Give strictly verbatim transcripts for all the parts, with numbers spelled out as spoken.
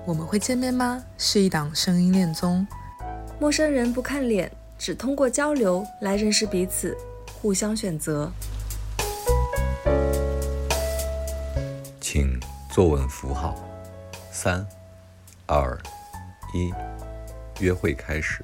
我们会见面吗？是一档声音恋综， 陌生人不看脸，只通过交流来认识彼此，互相选择。 请坐稳扶好，三、二、一，约会开始。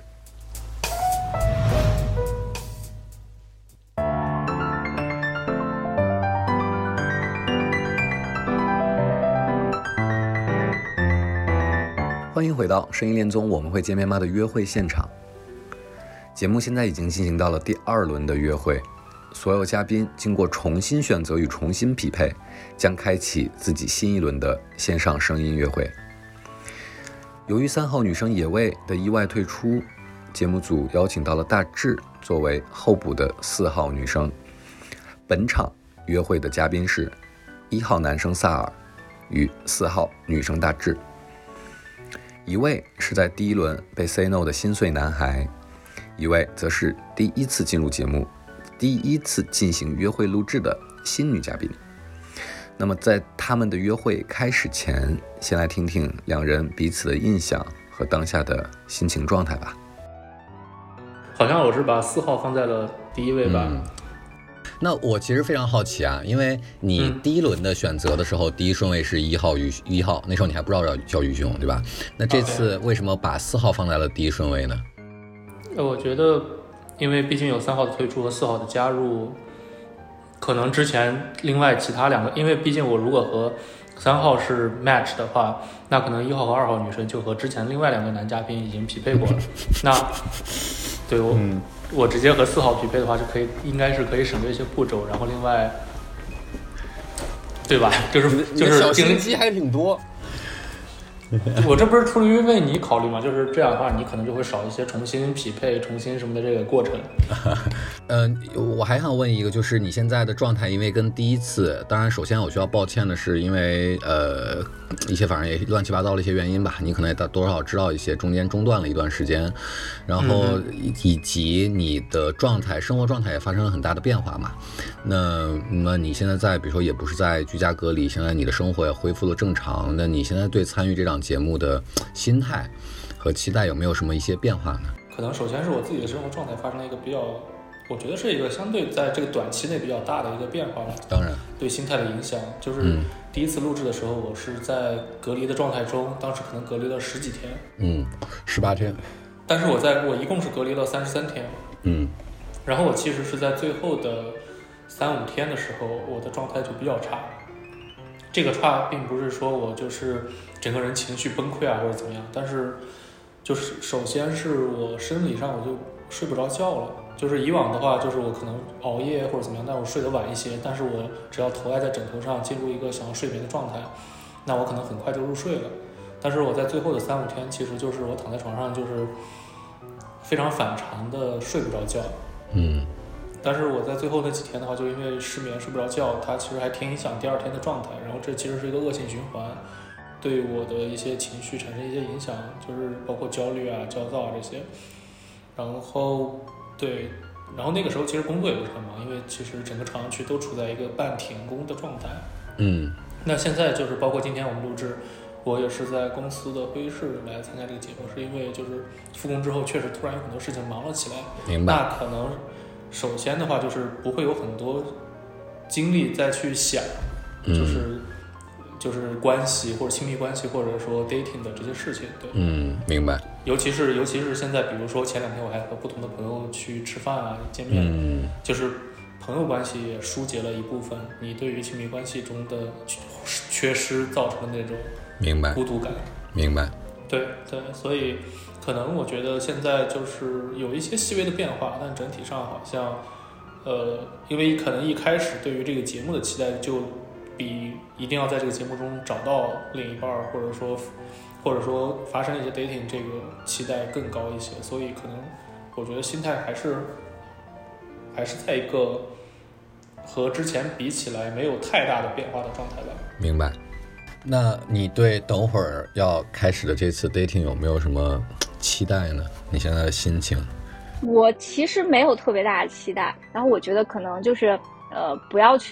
欢迎回到声音恋综我们会见面吗的约会现场。节目现在已经进行到了第二轮的约会，所有嘉宾经过重新选择与重新匹配，将开启自己新一轮的线上声音约会。由于三号女生野味的意外退出，节目组邀请到了大志作为候补的四号女生。本场约会的嘉宾是一号男生萨尔与四号女生大志。一位是在第一轮被 say no 的心碎男孩，一位则是第一次进入节目、第一次进行约会录制的新女嘉宾。那么在他们的约会开始前，先来听听两人彼此的印象和当下的心情状态吧。 好像我是把四号放在了第一位吧。 嗯，那我其实非常好奇啊，因为你第一轮的选择的时候，嗯、第一顺位是一号于一号，那时候你还不知道叫叫于兄，对吧？那这次为什么把四号放在了第一顺位呢？ 我觉得，因为毕竟有三号的退出和四号的加入，可能之前另外其他两个，因为毕竟我如果和三号是 match 的话，那可能一号和二号女生就和之前另外两个男嘉宾已经匹配过了。那对我。嗯我直接和四号匹配的话，是可以，应该是可以省略一些步骤，然后另外，对吧？就是就是小心机还挺多。 我这不是出于为你考虑嘛？就是这样的话，你可能就会少一些重新匹配、重新什么的这个过程。 嗯、呃，我还想问一个，就是你现在的状态，因为跟第一次，当然首先我需要抱歉的是，因为呃一些反正也乱七八糟的一些原因吧，你可能也多少知道一些，中间中断了一段时间，然后以及你的状态、生活状态也发生了很大的变化嘛。那那你现在在，比如说也不是在居家隔离，现在你的生活也恢复了正常，那你现在对参与这档节目的心态和期待有没有什么一些变化呢？ 可能首先是我自己的生活状态发生了一个比较，我觉得是一个相对在这个短期内比较大的一个变化吧。 当然， 对心态的影响，就是第一次录制的时候，我是在隔离的状态中，当时可能隔离了十几天， 嗯，十八天， 但是我在我一共是隔离了三十三天， 嗯， 然后我其实是在最后的三五天的时候，我的状态就比较差。这个差并不是说我就是整个人情绪崩溃啊或者怎么样，但是就是首先是我生理上我就睡不着觉了，就是以往的话就是我可能熬夜或者怎么样，但我睡得晚一些，但是我只要头挨在枕头上进入一个想要睡眠的状态，那我可能很快就入睡了。但是我在最后的三五天，其实就是我躺在床上就是非常反常的睡不着觉， 嗯。 但是我在最后那几天的话，就因为失眠睡不着觉，它其实还挺影响第二天的状态，然后这其实是一个恶性循环，对我的一些情绪产生一些影响，就是包括焦虑啊、焦躁啊这些。然后对，然后那个时候其实工作也不是很忙，因为其实整个朝阳区都处在一个半停工的状态。 嗯。那现在就是包括今天我们录制，我也是在公司的会议室来参加这个节目，是因为就是复工之后确实突然有很多事情忙了起来。 明白。 那可能首先的话就是不会有很多精力再去想，就是、嗯、就是关系或者亲密关系或者说 dating 的这些事情。对， 嗯，明白。 尤其是尤其是现在，比如说前两天我还和不同的朋友去吃饭啊、见面， 嗯， 就是朋友关系也疏解了一部分你对于亲密关系中的缺失造成的那种明白孤独感。 明白。 对对，所以可能我觉得现在就是有一些细微的变化，但整体上好像，呃，因为可能一开始对于这个节目的期待就比一定要在这个节目中找到另一半，或者说或者说发生一些 dating 这个期待更高一些，所以可能我觉得心态还是还是在一个和之前比起来没有太大的变化的状态吧。 明白。那你对等会儿要开始的这次 dating 有没有什么期待呢？你现在的心情？ 我其实没有特别大的期待，然后我觉得可能就是呃不要去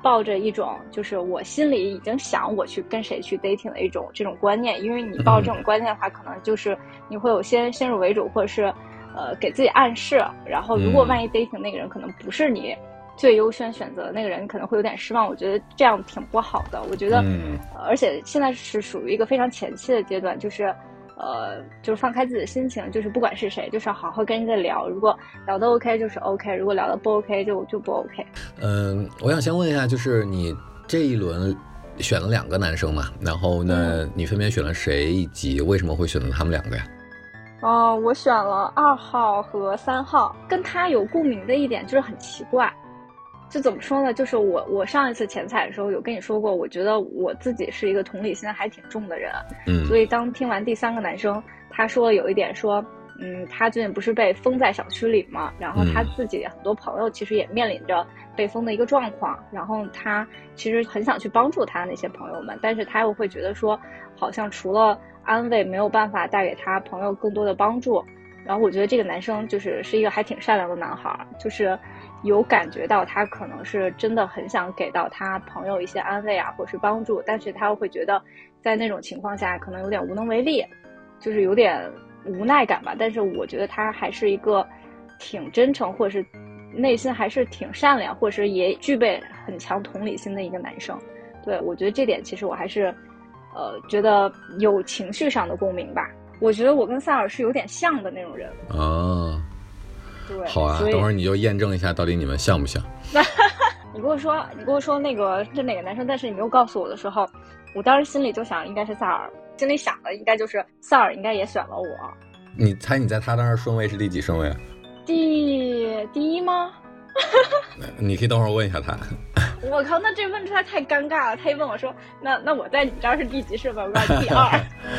抱着一种就是我心里已经想我去跟谁去 dating 的一种这种观念，因为你抱着这种观念的话，可能就是你会有先先入为主，或者是呃给自己暗示，然后如果万一 dating 那个人可能不是你最优先选择的那个人，可能会有点失望。我觉得这样挺不好的。我觉得， 嗯呃、而且现在是属于一个非常前期的阶段，就是。呃，就是放开自己的心情，就是不管是谁，就是好好跟人家聊。如果聊得 OK 就是 OK， 如果聊得不 OK 就就不 OK。 嗯，我想先问一下，就是你这一轮选了两个男生嘛，然后呢，嗯、你分别选了谁，以及为什么会选择他们两个呀？ 哦、呃，我选了二号和三号，跟他有共鸣的一点就是很奇怪。就怎么说呢？就是我我上一次前采的时候有跟你说过，我觉得我自己是一个同理心还挺重的人， 嗯， 所以当听完第三个男生他说有一点说，嗯，他最近不是被封在小区里嘛，然后他自己很多朋友其实也面临着被封的一个状况，然后他其实很想去帮助他那些朋友们，但是他又会觉得说，好像除了安慰没有办法带给他朋友更多的帮助。然后我觉得这个男生就是是一个还挺善良的男孩，就是有感觉到他可能是真的很想给到他朋友一些安慰啊，或是帮助，但是他又会觉得在那种情况下可能有点无能为力，就是有点无奈感吧。但是我觉得他还是一个挺真诚，或者是内心还是挺善良，或者是也具备很强同理心的一个男生。对，我觉得这点其实我还是呃觉得有情绪上的共鸣吧。我觉得我跟萨尔是有点像的那种人。 哦， 对， 好啊，等会儿你就验证一下到底你们像不像。 你跟我说你跟我说那个是哪个男生，但是你没有告诉我的时候，我当时心里就想应该是萨尔，心里想的应该就是萨尔应该也选了我。 你猜你在他当时顺位是第几顺位啊？ 第第一吗？ 你可以等会儿问一下他。 我靠，那这问出来太尴尬了。他一问我说那那我在你这儿是第几顺位？我告诉你第二。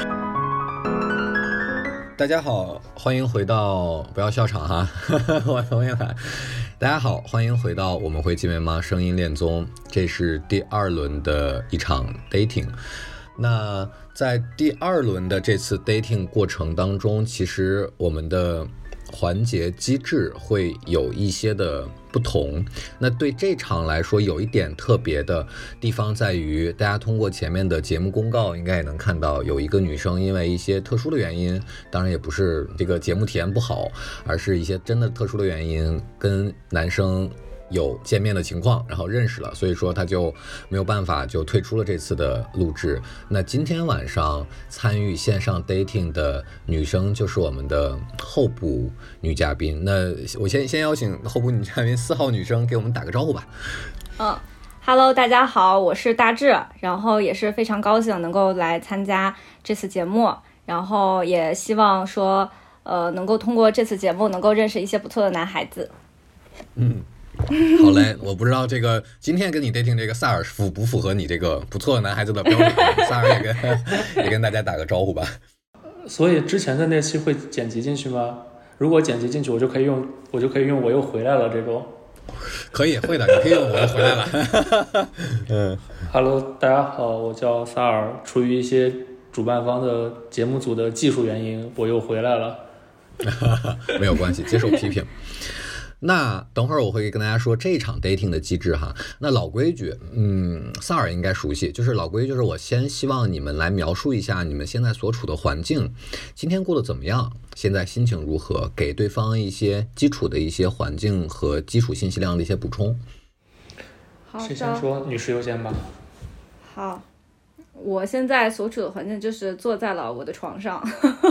大家好，欢迎回到不要笑场哈，我重新来。大家好，欢迎回到我们会见面吗声音恋综，这是第二轮的一场 dating。那在第二轮的这次 dating 过程当中，其实我们的环节机制会有一些的不同。那对这场来说有一点特别的地方在于，大家通过前面的节目公告应该也能看到，有一个女生因为一些特殊的原因，当然也不是这个节目体验不好，而是一些真的特殊的原因跟男生有见面的情况，然后认识了，所以说他就没有办法就退出了这次的录制。那今天晚上参与线上 dating 的女生就是我们的候补女嘉宾。那我先先邀请候补女嘉宾四号女生给我们打个招呼吧。 嗯 Hello 大家好，我是大志，然后也是非常高兴能够来参加这次节目，然后也希望说呃能够通过这次节目能够认识一些不错的男孩子。 嗯，好嘞，我不知道这个今天跟你 dating 这个萨尔符不符合你这个不错的男孩子的标准，萨尔也跟也跟大家打个招呼吧。 所以之前的那期会剪辑进去吗？如果剪辑进去，我就可以用我就可以用我又回来了这种。 可以，会的，你可以用我又回来了。嗯 ，Hello， 大家好，我叫萨尔，出于一些主办方的节目组的技术原因，我又回来了。 没有关系，接受批评。那等会儿我会跟大家说这一场 dating 的机制哈。那老规矩，嗯，萨尔应该熟悉，就是老规矩，就是我先希望你们来描述一下你们现在所处的环境，今天过得怎么样，现在心情如何，给对方一些基础的一些环境和基础信息量的一些补充。 好的， 谁先说？女士优先吧。 好，我现在所处的环境就是坐在了我的床上。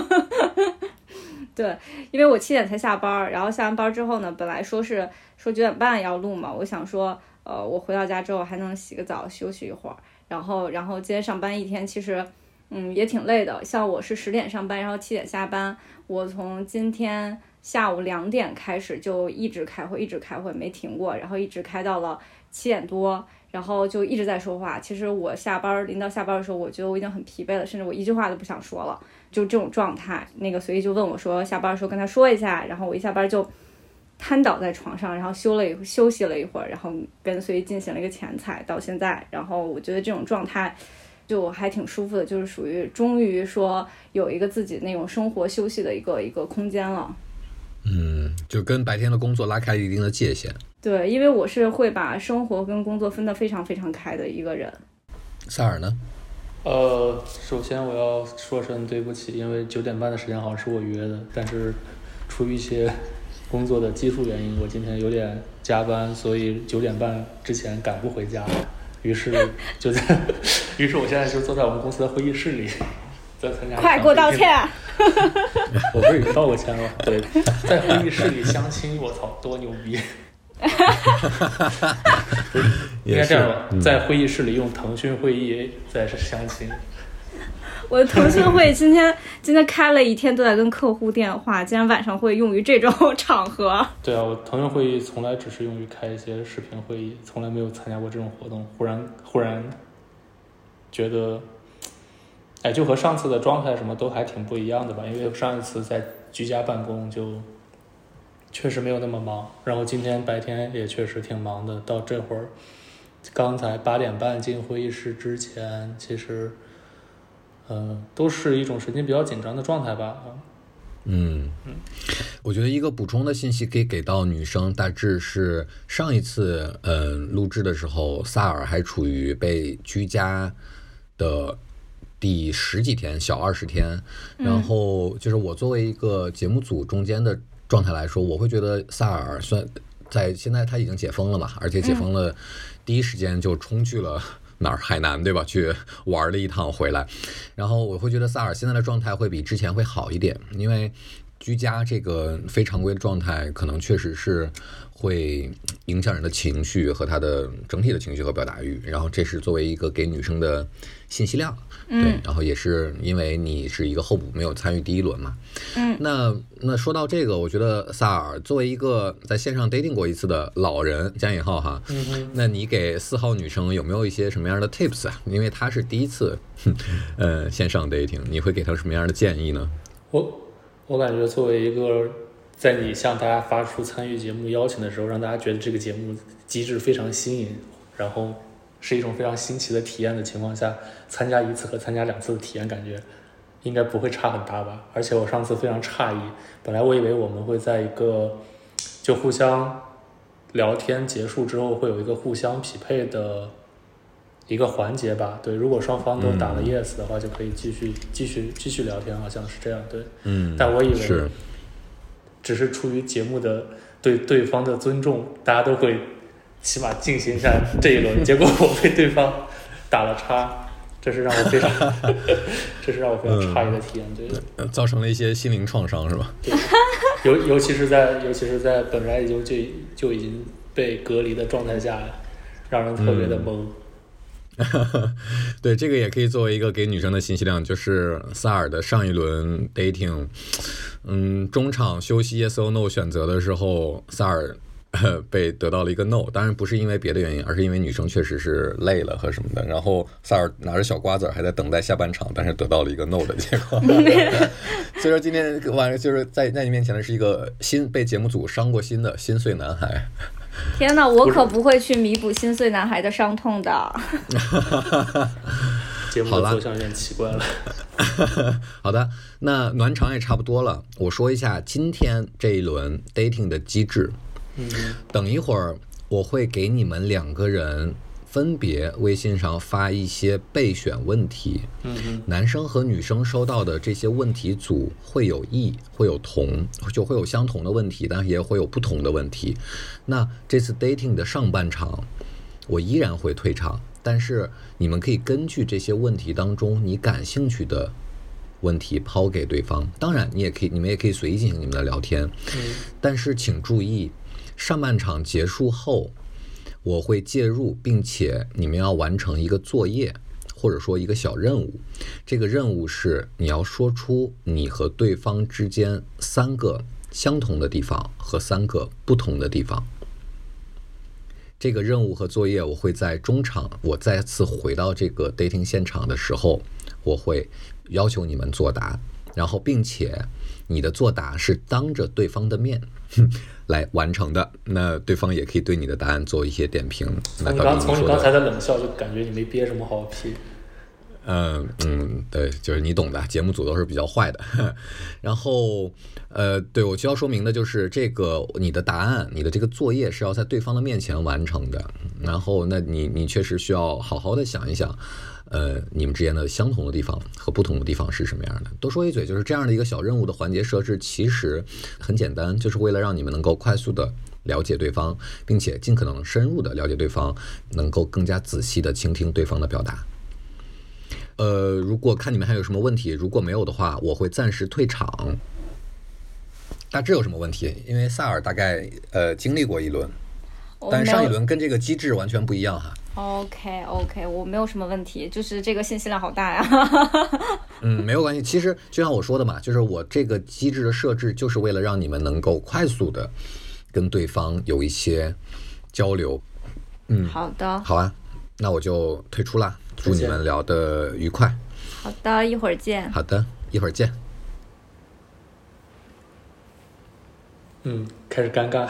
对，因为我七点才下班，然后下完班之后呢，本来说是说九点半要录嘛，我想说，呃，我回到家之后还能洗个澡休息一会儿，然后然后今天上班一天，其实，嗯，也挺累的。像我是十点上班，然后七点下班，我从今天下午两点开始就一直开会，一直开会没停过，然后一直开到了七点多，然后就一直在说话。其实我下班临到下班的时候，我觉得我已经很疲惫了，甚至我一句话都不想说了。就这种状态，那个随意就问我说下班的时候跟他说一下，然后我一下班就瘫倒在床上，然后休了一休息了一会儿，然后跟随意进行了一个前采到现在，然后我觉得这种状态就还挺舒服的，就是属于终于说有一个自己那种生活休息的一个一个空间了。 嗯，就跟白天的工作拉开了一定的界限。 对，因为我是会把生活跟工作分得非常非常开的一个人。 萨尔呢？ 呃，首先我要说声对不起，因为九点半的时间好像是我约的，但是出于一些工作的技术原因，我今天有点加班，所以九点半之前赶不回家，于是就在，于是我现在就坐在我们公司的会议室里，在参加。 快给我道歉！ 我不是已经道过歉了？对，在会议室里相亲，我操，多牛逼！不是应该这样吧、嗯、在会议室里用腾讯会议在相亲。 我的腾讯会今天今天开了一天都在跟客户电话，今天晚上会用于这种场合。 对啊，我腾讯会议从来只是用于开一些视频会议，从来没有参加过这种活动。忽然忽然觉得哎，就和上次的状态什么都还挺不一样的吧，因为上一次在居家办公就确实没有那么忙，然后今天白天也确实挺忙的，到这会儿刚才八点半进会议室之前，其实呃都是一种神经比较紧张的状态吧。 嗯嗯，我觉得一个补充的信息可以给到女生，大致是上一次呃录制的时候，萨尔还处于被居家的第十几天，小二十天，然后就是我作为一个节目组中间的状态来说，我会觉得萨尔算在现在他已经解封了嘛，而且解封了第一时间就冲去了哪儿海南对吧，去玩了一趟回来，然后我会觉得萨尔现在的状态会比之前会好一点，因为居家这个非常规的状态可能确实是会影响人的情绪和他的整体的情绪和表达欲，然后这是作为一个给女生的信息量，对，然后也是因为你是一个候补没有参与第一轮嘛，嗯，那那说到这个，我觉得萨尔作为一个在线上 dating 过一次的老人加引号哈，嗯，那你给四号女生有没有一些什么样的 tips 啊？因为她是第一次呃线上 dating， 你会给她什么样的建议呢？ 我我感觉作为一个在你向大家发出参与节目邀请的时候，让大家觉得这个节目机制非常新颖，然后是一种非常新奇的体验的情况下，参加一次和参加两次的体验感觉应该不会差很大吧。而且我上次非常诧异，本来我以为我们会在一个就互相聊天结束之后会有一个互相匹配的一个环节吧，对，如果双方都打了 yes 的话，就可以继续继续继续聊天，好像是这样，对，嗯，但我以为只是出于节目的对对方的尊重，大家都会起码进行一下这一轮，结果我被对方打了叉，这是让我非常这是让我非常诧异的体验，对， 造成了一些心灵创伤是吧？ 对，尤尤其是在尤其是在本来就就就已经被隔离的状态下，让人特别的懵。嗯对，这个也可以作为一个给女生的信息量，就是萨尔的上一轮 dating， 嗯，中场休息 yes or no 选择的时候，萨尔、呃、被得到了一个 no， 当然不是因为别的原因，而是因为女生确实是累了和什么的，然后萨尔拿着小瓜子还在等待下半场，但是得到了一个 no 的结果。所以说今天晚上就是在在你面前的是一个新被节目组伤过心的心碎男孩。 天哪，我可不会去弥补心碎男孩的伤痛的。 节目的走向有点奇怪了。 好的，那暖场也差不多了，我说一下今天这一轮 dating 的机制。嗯，等一会儿我会给你们两个人分别微信上发一些备选问题，嗯，男生和女生收到的这些问题组会有异会有同，就会有相同的问题，但是也会有不同的问题。那这次 dating 的上半场我依然会退场，但是你们可以根据这些问题当中你感兴趣的问题抛给对方，当然你也可以你们也可以随意进行你们的聊天，嗯，但是请注意上半场结束后我会介入，并且你们要完成一个作业或者说一个小任务，这个任务是你要说出你和对方之间三个相同的地方和三个不同的地方。这个任务和作业我会在中场，我再次回到这个 dating 现场的时候，我会要求你们作答，然后并且你的作答是当着对方的面来完成的，那对方也可以对你的答案做一些点评。 从你刚从你刚才的冷笑就感觉你没憋什么好屁。 嗯嗯，对，就是你懂的，节目组都是比较坏的。然后，呃，对我需要说明的就是，这个你的答案，你的这个作业是要在对方的面前完成的。然后，那你你确实需要好好的想一想，呃，你们之间的相同的地方和不同的地方是什么样的。多说一嘴，就是这样的一个小任务的环节设置，其实很简单，就是为了让你们能够快速的了解对方，并且尽可能深入的了解对方，能够更加仔细的倾听对方的表达。呃，如果看你们还有什么问题，如果没有的话，我会暂时退场。大致有什么问题？因为萨尔大概呃经历过一轮，但上一轮跟这个机制完全不一样哈。 OK OK， 我没有什么问题，就是这个信息量好大呀。 嗯，没有关系。其实就像我说的嘛，就是我这个机制的设置，就是为了让你们能够快速的跟对方有一些交流。嗯， 好的， 好啊，那我就退出啦。祝你们聊得愉快。 好的，一会儿见。 好的，一会儿见。 嗯，开始尴尬。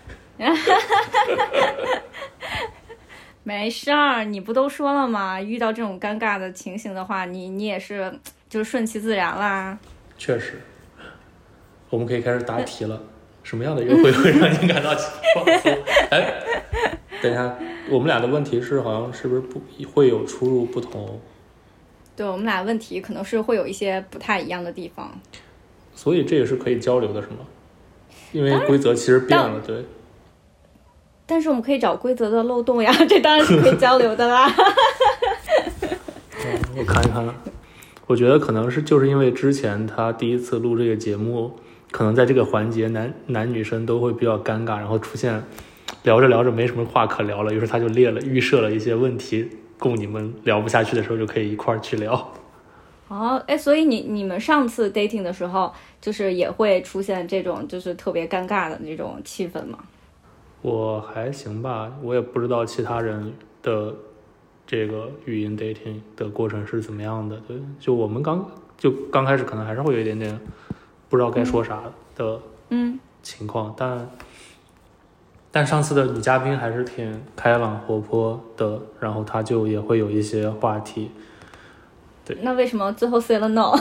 没事儿，你不都说了吗？遇到这种尴尬的情形的话，你你也是就是顺其自然啦。 确实，我们可以开始答题了。什么样的约会会让你感到放松？哎，等一下，我们俩的问题是好像是不是不会有出入不同？ 对，我们俩问题可能是会有一些不太一样的地方。 所以这也是可以交流的，是吗？因为规则其实变了，对。 但是我们可以找规则的漏洞呀，这当然是可以交流的啦。 嗯，我看一看，我觉得可能是就是因为之前他第一次录这个节目，可能在这个环节男男女生都会比较尴尬，然后出现聊着聊着没什么话可聊了，于是他就列了预设了一些问题，供你们聊不下去的时候就可以一块儿去聊。 哦，哎，所以你你们上次 dating 的时候，就是也会出现这种就是特别尴尬的那种气氛吗？ 我还行吧，我也不知道其他人的这个语音 dating 的过程是怎么样的。对，就我们刚就刚开始可能还是会有一点点不知道该说啥的嗯情况，嗯、但但上次的女嘉宾还是挺开朗活泼的，然后她就也会有一些话题。对， 那为什么最后 say 了 no？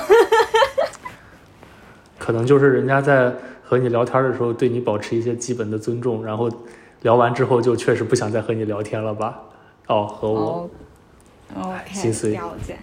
可能就是人家在和你聊天的时候对你保持一些基本的尊重，然后聊完之后就确实不想再和你聊天了吧。哦，和我、 oh, OK 心碎了解。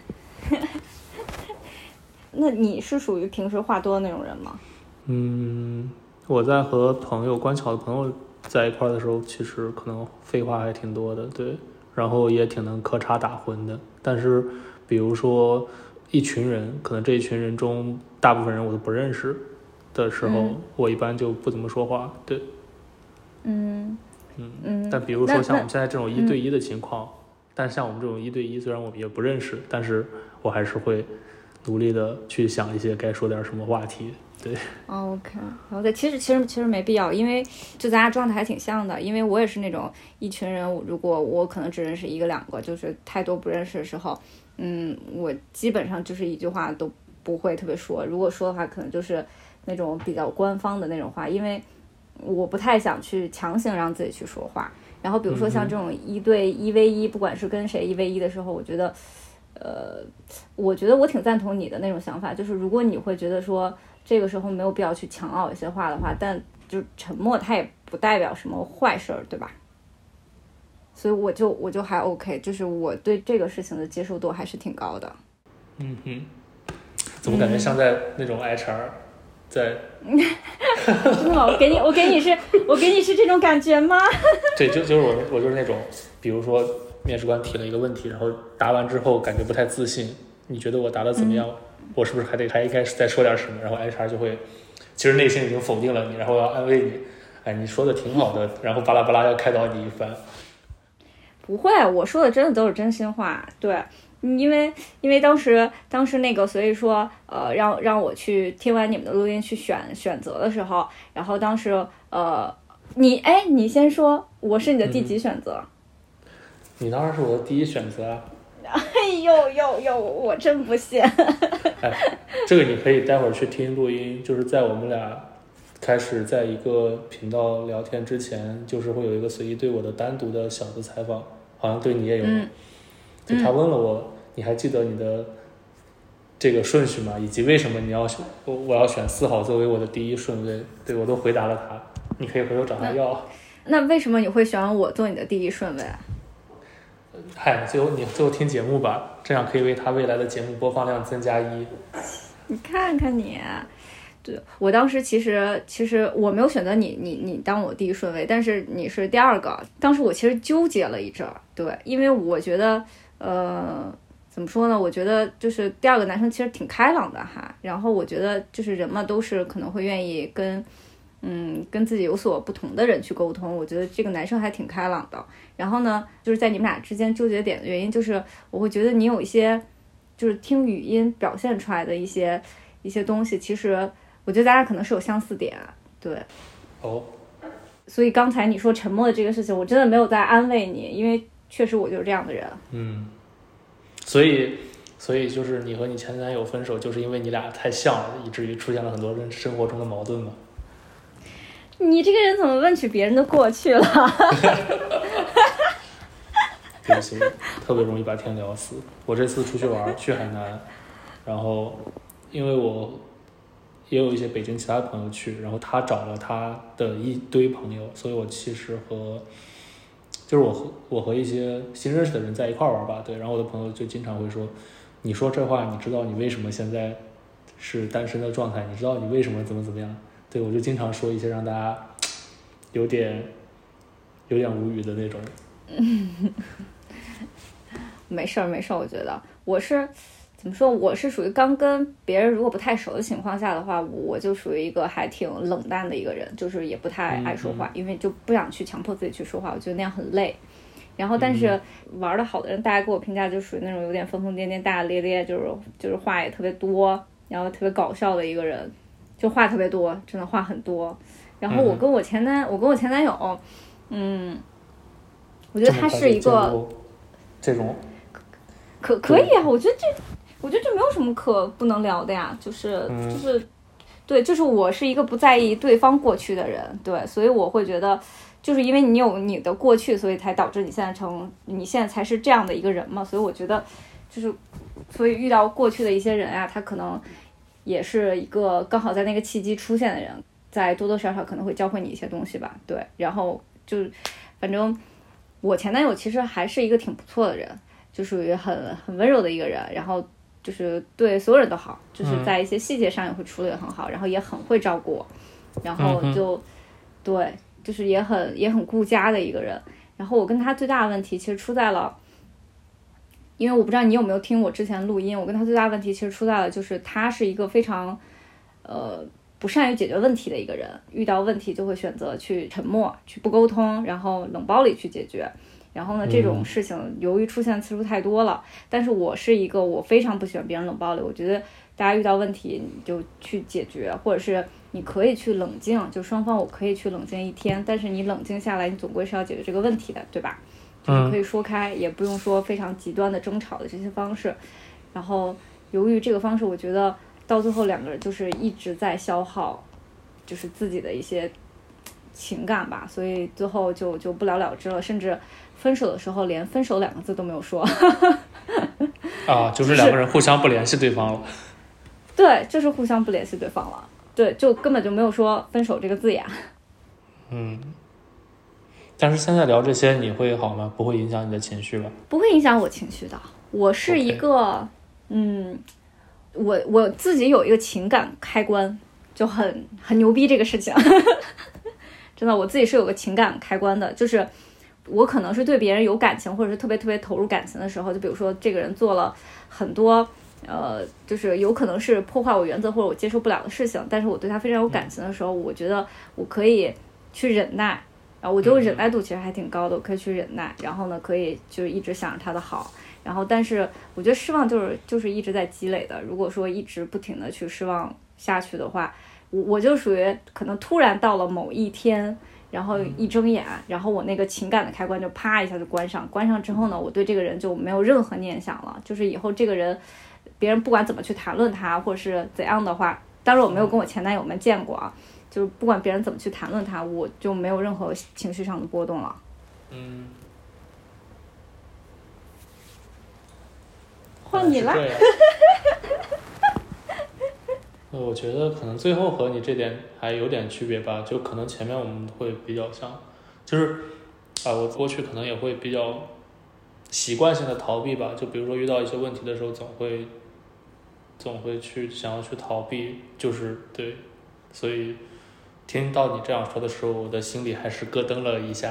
那你是属于平时话多的那种人吗？ 嗯，我在和朋友关巧的朋友在一块的时候，其实可能废话还挺多的，对，然后也挺能磕叉打诨的。但是比如说一群人，可能这一群人中大部分人我都不认识的时候、嗯、我一般就不怎么说话。对， 嗯嗯。 但比如说像我们现在这种一对一的情况、嗯、但像我们这种一对一，虽然我们也不认识，但是我还是会努力的去想一些该说点什么话题。对 ，OK OK， 其实其实其实没必要，因为就咱俩状态还挺像的，因为我也是那种一群人，如果我可能只认识一个两个，就是太多不认识的时候，嗯，我基本上就是一句话都不会特别说，如果说的话，可能就是那种比较官方的那种话，因为我不太想去强行让自己去说话。然后比如说像这种一对一 v 一，不管是跟谁一 v 一的时候，我觉得，呃，我觉得我挺赞同你的那种想法，就是如果你会觉得说这个时候没有必要去强拗一些话的话，但就沉默它也不代表什么坏事儿，对吧？所以我就我就还 OK， 就是我对这个事情的接受度还是挺高的。 嗯哼，怎么感觉像在那种 H R、嗯、在？ 真的吗？我给你，我给你是，我给你是这种感觉吗？ 对，就就是我，我就是那种，比如说面试官提了一个问题，然后答完之后感觉不太自信，你觉得我答的怎么样？嗯、我是不是还得还应该再说点什么？然后 H R 就会，其实内心已经否定了你，然后要安慰你，哎，你说的挺好的，然后巴拉巴拉要开导你一番。 不会，我说的真的都是真心话，对。因为因为当时当时那个，所以说呃让让我去听完你们的录音去选选择的时候，然后当时呃你哎你先说，我是你的第几选择？ 嗯、你当然是我的第一选择啊！ 哎呦呦呦，我真不信。 哎，这个你可以待会儿去听录音，就是在我们俩开始在一个频道聊天之前，就是会有一个随意对我的单独的小的采访，好像对你也有。嗯就他问了我你还记得你的这个顺序吗？以及为什么你要我我要选四号作为我的第一顺位？对，我都回答了他，你可以回头找他要。 那为什么你会选我做你的第一顺位啊？ 嗨，最后你最后听节目吧，这样可以为他未来的节目播放量增加一。 你看看你，对，我当时其实其实我没有选择你你你当我第一顺位，但是你是第二个。当时我其实纠结了一阵儿，对，因为我觉得呃怎么说呢？我觉得就是第二个男生其实挺开朗的哈，然后我觉得就是人嘛都是可能会愿意跟嗯跟自己有所不同的人去沟通，我觉得这个男生还挺开朗的。然后呢，就是在你们俩之间纠结点的原因，就是我会觉得你有一些就是听语音表现出来的一些一些东西，其实我觉得咱俩可能是有相似点，对。 哦。 所以刚才你说沉默的这个事情，我真的没有在安慰你，因为确实我就是这样的人。 嗯。所以，所以就是你和你前男友分手，就是因为你俩太像了，以至于出现了很多人生活中的矛盾嘛。 你这个人怎么问起别人的过去了？ 对不起，特别容易把天聊死。我这次出去玩，去海南，然后因为我也有一些北京其他朋友去，然后他找了他的一堆朋友，所以我其实和就是我和我和一些新认识的人在一块玩吧，对，然后我的朋友就经常会说，你说这话，你知道你为什么现在是单身的状态？你知道你为什么怎么怎么样？对，我就经常说一些让大家有点有点无语的那种。 没事儿没事儿，我觉得我是怎么说，我是属于刚跟别人如果不太熟的情况下的话，我就属于一个还挺冷淡的一个人，就是也不太爱说话，嗯嗯因为就不想去强迫自己去说话，我觉得那样很累。然后但是玩的好的人，大家给我评价就属于那种有点疯疯癫癫大大咧咧，就是就是话也特别多，然后特别搞笑的一个人，就话特别多，真的话很多。然后我跟我前男、嗯、我跟我前男友嗯我觉得他是一个这种可可以啊，我觉得这我觉得这没有什么可不能聊的呀，就是就是对，就是我是一个不在意对方过去的人，对，所以我会觉得就是因为你有你的过去，所以才导致你现在成你现在才是这样的一个人嘛，所以我觉得就是所以遇到过去的一些人啊，他可能也是一个刚好在那个契机出现的人，在多多少少可能会教会你一些东西吧，对，然后就反正我前男友其实还是一个挺不错的人，就属于很很温柔的一个人，然后就是对所有人都好，就是在一些细节上也会处理得很好，然后也很会照顾我，然后就、嗯、对，就是也很也很顾家的一个人。然后我跟他最大的问题其实出在了，因为我不知道你有没有听我之前录音，我跟他最大的问题其实出在了就是他是一个非常呃不善于解决问题的一个人，遇到问题就会选择去沉默，去不沟通，然后冷暴力去解决。然后呢，这种事情由于出现次数太多了、嗯、但是我是一个我非常不喜欢别人冷暴力，我觉得大家遇到问题你就去解决，或者是你可以去冷静，就双方我可以去冷静一天，但是你冷静下来你总归是要解决这个问题的，对吧？就是可以说开、嗯、也不用说非常极端的争吵的这些方式。然后由于这个方式，我觉得到最后两个人就是一直在消耗就是自己的一些情感吧，所以最后就就不了了之了，甚至分手的时候连分手两个字都没有说啊，就是两个人互相不联系对方了、就是、 对，就是互相不联系对方了，对，就根本就没有说分手这个字眼。 嗯，但是现在聊这些你会好吗？不会影响你的情绪吧？ 不会影响我情绪的，我是一个、okay. 嗯我我自己有一个情感开关，就很很牛逼这个事情真的，我自己是有个情感开关的，就是我可能是对别人有感情，或者是特别特别投入感情的时候，就比如说这个人做了很多呃，就是有可能是破坏我原则或者我接受不了的事情，但是我对他非常有感情的时候、嗯、我觉得我可以去忍耐，然后我觉得我忍耐度其实还挺高的，我可以去忍耐，然后呢可以就是一直想着他的好，然后但是我觉得失望就是就是一直在积累的，如果说一直不停的去失望下去的话，我我就属于可能突然到了某一天，然后一睁眼，然后我那个情感的开关就啪一下就关上，关上之后呢，我对这个人就没有任何念想了，就是以后这个人别人不管怎么去谈论他或者是怎样的话，当然我没有跟我前男友们见过啊，就是不管别人怎么去谈论他，我就没有任何情绪上的波动了。 嗯， 到你了。 呃，我觉得可能最后和你这点还有点区别吧，就可能前面我们会比较像，就是啊、呃，我过去可能也会比较习惯性的逃避吧，就比如说遇到一些问题的时候，总会总会去想要去逃避，就是对，所以听到你这样说的时候，我的心里还是咯噔了一下。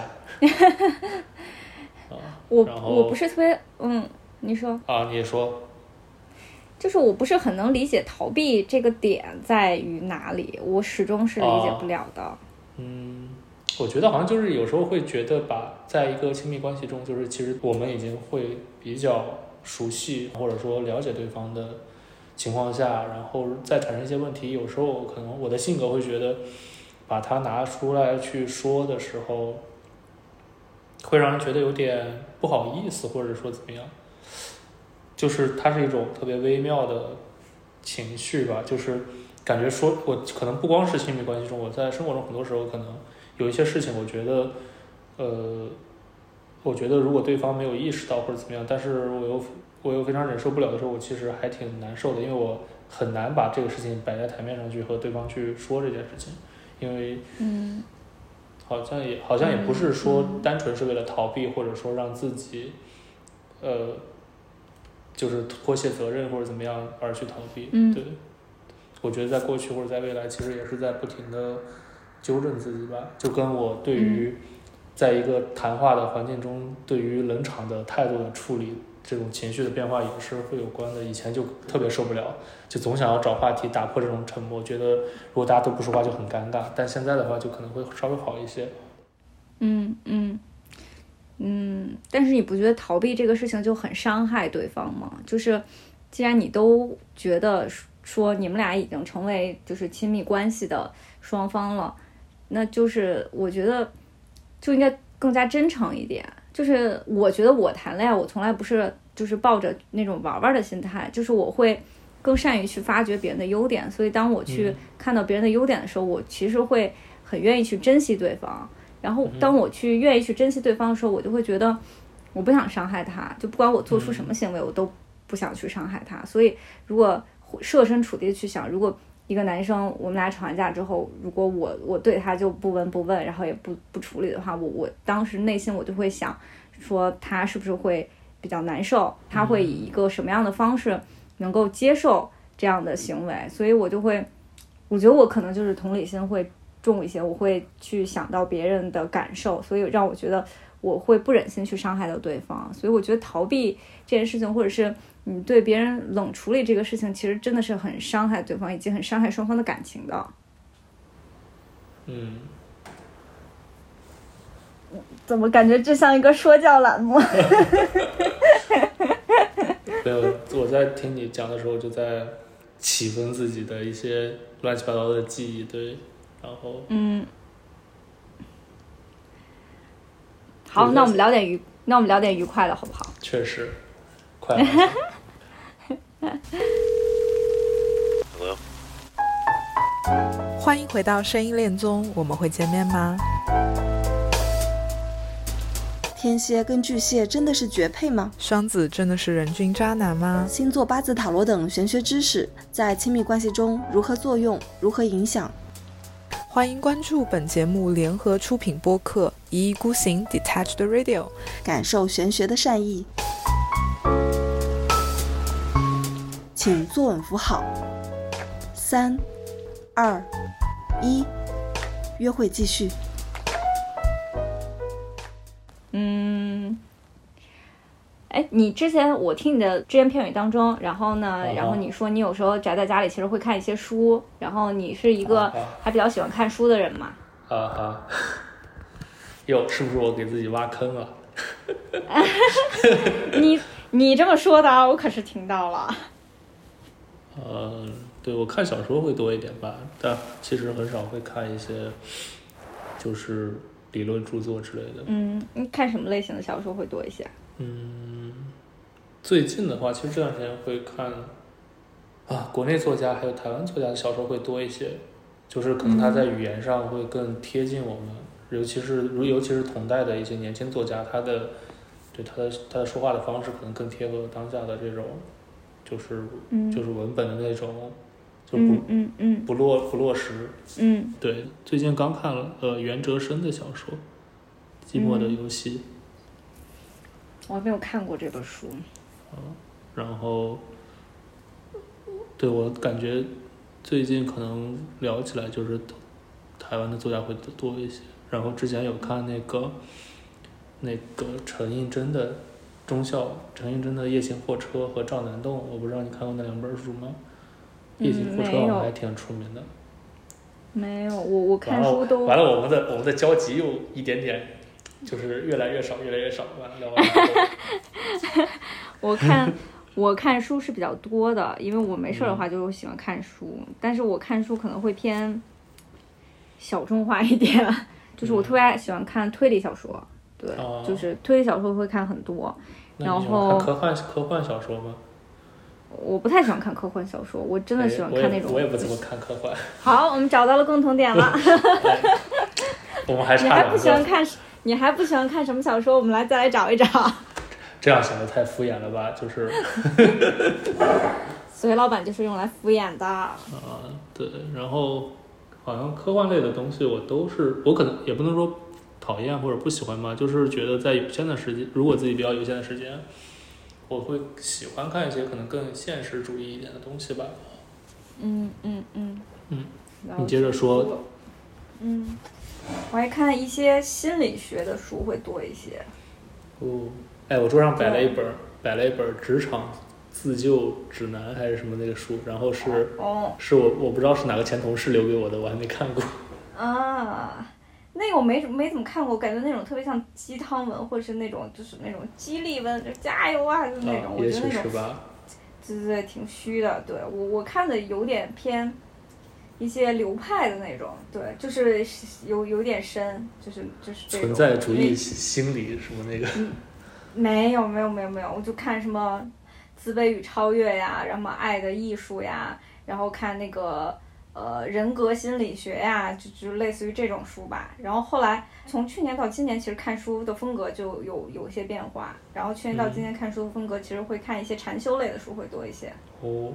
啊、 我然后我不是特别嗯，你说啊，你也说。 就是我不是很能理解逃避这个点在于哪里，我始终是理解不了的。 哦、嗯，我觉得好像就是有时候会觉得吧，在一个亲密关系中，就是其实我们已经会比较熟悉或者说了解对方的情况下，然后再产生一些问题，有时候可能我的性格会觉得把它拿出来去说的时候，会让人觉得有点不好意思，或者说怎么样。就是它是一种特别微妙的情绪吧，就是感觉说我可能不光是亲密关系中，我在生活中很多时候可能有一些事情，我觉得呃我觉得如果对方没有意识到或者怎么样，但是我又我又非常忍受不了的时候，我其实还挺难受的，因为我很难把这个事情摆在台面上去和对方去说这件事情，因为嗯好像也好像也不是说单纯是为了逃避，或者说让自己呃就是脱卸责任或者怎么样而去逃避。 嗯， 对，我觉得在过去或者在未来，其实也是在不停的纠正自己吧。就跟我对于在一个谈话的环境中，对于冷场的态度的处理，这种情绪的变化也是会有关的。以前就特别受不了，就总想要找话题打破这种沉默，觉得如果大家都不说话就很尴尬。但现在的话，就可能会稍微好一些。 嗯嗯。嗯，但是你不觉得逃避这个事情就很伤害对方吗？就是既然你都觉得说你们俩已经成为就是亲密关系的双方了，那就是我觉得就应该更加真诚一点。就是我觉得我谈恋爱，我从来不是就是抱着那种玩玩的心态，就是我会更善于去发掘别人的优点，所以当我去看到别人的优点的时候，我其实会很愿意去珍惜对方。然后当我去愿意去珍惜对方的时候，我就会觉得我不想伤害他，就不管我做出什么行为，我都不想去伤害他。所以如果设身处地的去想，如果一个男生我们俩吵完架之后，如果我我对他就不闻不问，然后也不不处理的话，我我当时内心我就会想说他是不是会比较难受，他会以一个什么样的方式能够接受这样的行为。所以我就会我觉得我可能就是同理心会重一些，我会去想到别人的感受，所以让我觉得我会不忍心去伤害到对方。所以我觉得逃避这件事情，或者是你对别人冷处理这个事情，其实真的是很伤害对方，以及很伤害双方的感情的。 嗯， 怎么感觉这像一个说教栏目？ 没有，我在听你讲的时候就在启发自己的一些乱七八糟的记忆，对。然后， 嗯，好，那我们聊点愉，那我们聊点愉快的，好不好？ 确实，快乐。 Hello， 欢迎回到声音恋综，我们会见面吗？ 天蝎跟巨蟹真的是绝配吗？ 双子真的是人均渣男吗？ 星座、八字、塔罗等玄学知识在亲密关系中如何作用，如何影响？ 欢迎关注本节目联合出品播客一意孤行 Detached Radio， 感受玄学的善意。请坐稳扶好，三、二、一，约会继续。 嗯，哎，你之前我听你的只言片语当中，然后呢，然后你说你有时候宅在家里，其实会看一些书，然后你是一个还比较喜欢看书的人嘛？ 啊啊！哟，是不是我给自己挖坑了？ 你你这么说的，我可是听到了。 呃，对，我看小说会多一点吧，但其实很少会看一些就是理论著作之类的。 嗯，你看什么类型的小说会多一些？ 嗯，最近的话，其实这段时间会看啊，国内作家还有台湾作家的小说会多一些，就是可能他在语言上会更贴近我们，嗯、尤其是尤其是同代的一些年轻作家，他的对他的他的说话的方式可能更贴合当下的这种就是、 嗯、 就是文本的那种，就不嗯嗯嗯不落不落实。 嗯， 对，最近刚看了呃袁哲生的小说《寂寞的游戏》。 嗯，我还没有看过这本书。 嗯，然后对我感觉最近可能聊起来就是台湾的作家会多一些。然后之前有看那个那个陈映真的中校，陈映真的《夜行货车》和《赵南洞》，我不知道你看过那两本书吗？《夜行货车》好像还挺出名的。 没有，我我看书都完了，完了我们的我们的交集又一点点，就是越来越少，越来越少。完了，聊完之后， 我看我看书是比较多的，因为我没事的话就喜欢看书，嗯、但是我看书可能会偏小众化一点，就是我特别喜欢看推理小说，嗯、对、哦，就是推理小说会看很多。然后看科幻科幻小说吗？ 我不太喜欢看科幻小说，我真的喜欢看那种。 我也, 我也不怎么看科幻。 好，我们找到了共同点了。 我们还差你还不喜欢看？你还不喜欢看什么小说？我们来再来找一找。 这样显得太敷衍了吧？就是。 所以老板就是用来敷衍的。啊， 对，然后好像科幻类的东西我都是，我可能也不能说讨厌或者不喜欢吧，就是觉得在有限的时间，如果自己比较有限的时间。我会喜欢看一些可能更现实主义一点的东西吧。 嗯嗯嗯嗯，你接着说。 嗯，我还看一些心理学的书会多一些。 哦，哎，我桌上摆了一本，摆了一本职场自救指南还是什么那个书，然后是， 哦， 是我我不知道是哪个前同事留给我的，我还没看过。 啊。那个我没没怎么看过，感觉那种特别像鸡汤文，或者是那种就是那种激励文，就加油啊，就是那种， 啊、 我觉得那种， 对对对，挺虚的。对我我看的有点偏一些流派的那种，对，就是有有点深，就是就是这种存在主义心理什么那个。 嗯，没有没有没有没有，我就看什么自卑与超越呀，然后爱的艺术呀，然后看那个。呃，人格心理学呀，就就类似于这种书吧。然后后来从去年到今年，其实看书的风格就有有一些变化。然后去年到今年看书的风格，其实会看一些禅修类的书会多一些。 哦，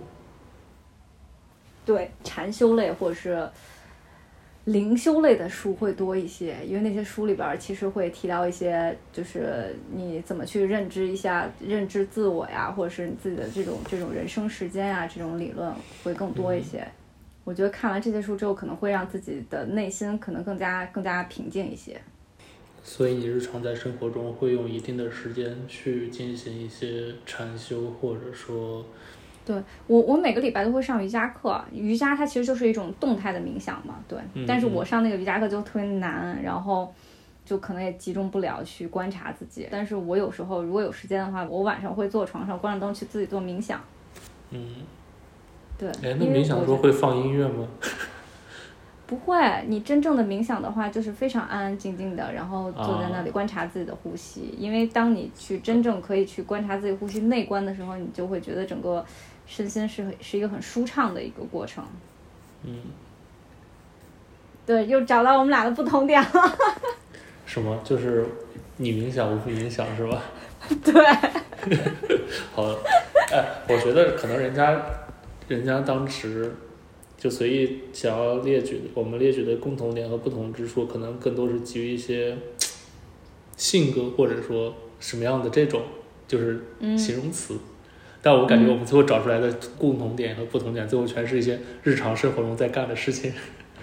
对，禅修类或者是灵修类的书会多一些，因为那些书里边其实会提到一些，就是你怎么去认知一下、认知自我呀，或者是你自己的这种这种人生时间啊，这种理论会更多一些。嗯，我觉得看完这些书之后，可能会让自己的内心可能更加更加平静一些。 所以你日常在生活中会用一定的时间去进行一些禅修，或者说， 对，我我每个礼拜都会上瑜伽课，瑜伽它其实就是一种动态的冥想嘛，对。嗯、但是我上那个瑜伽课就特别难，然后就可能也集中不了去观察自己。但是我有时候如果有时间的话，我晚上会坐床上关着灯去自己做冥想。 嗯。 对， 哎，那冥想时候会放音乐吗？ 不会，你真正的冥想的话，就是非常安安静静的，然后坐在那里观察自己的呼吸。啊、因为当你去真正可以去观察自己呼吸内观的时候，你就会觉得整个身心是是一个很舒畅的一个过程。 嗯， 对，又找到我们俩的不同点了。 什么？就是你冥想，我不冥想，是吧？ 对。 好，哎，我觉得可能人家。人家当时就随意想要列举我们列举的共同点和不同之处，可能更多是基于一些性格或者说什么样的这种就是形容词、嗯、但我感觉我们最后找出来的共同点和不同点最后全是一些日常生活中在干的事情。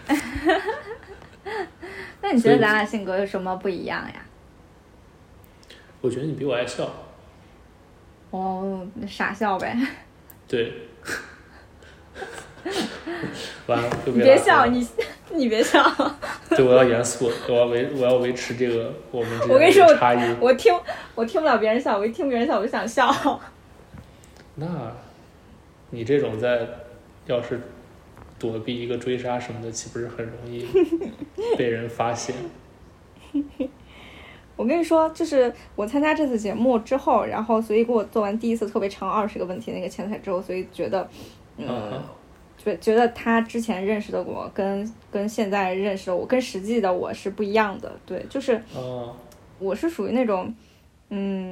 那你觉得咱俩性格有什么不一样呀？ 我觉得你比我爱笑。 哦，傻笑呗。 对。完了， 你别笑，你你别笑。 对，我要严肃，我要维我要维持这个我们之间的差异。 我跟你说，我我听我听不了别人笑，我一听别人笑我就想笑。 那，你这种在要是躲避一个追杀什么的，岂不是很容易被人发现？ 我跟你说，就是我参加这次节目之后，然后所以给我做完第一次特别长二十个问题那个前采之后，所以觉得，嗯，觉、uh-huh. 觉得他之前认识的我跟跟现在认识的我跟实际的我是不一样的。对，就是， uh-huh. 我是属于那种，嗯，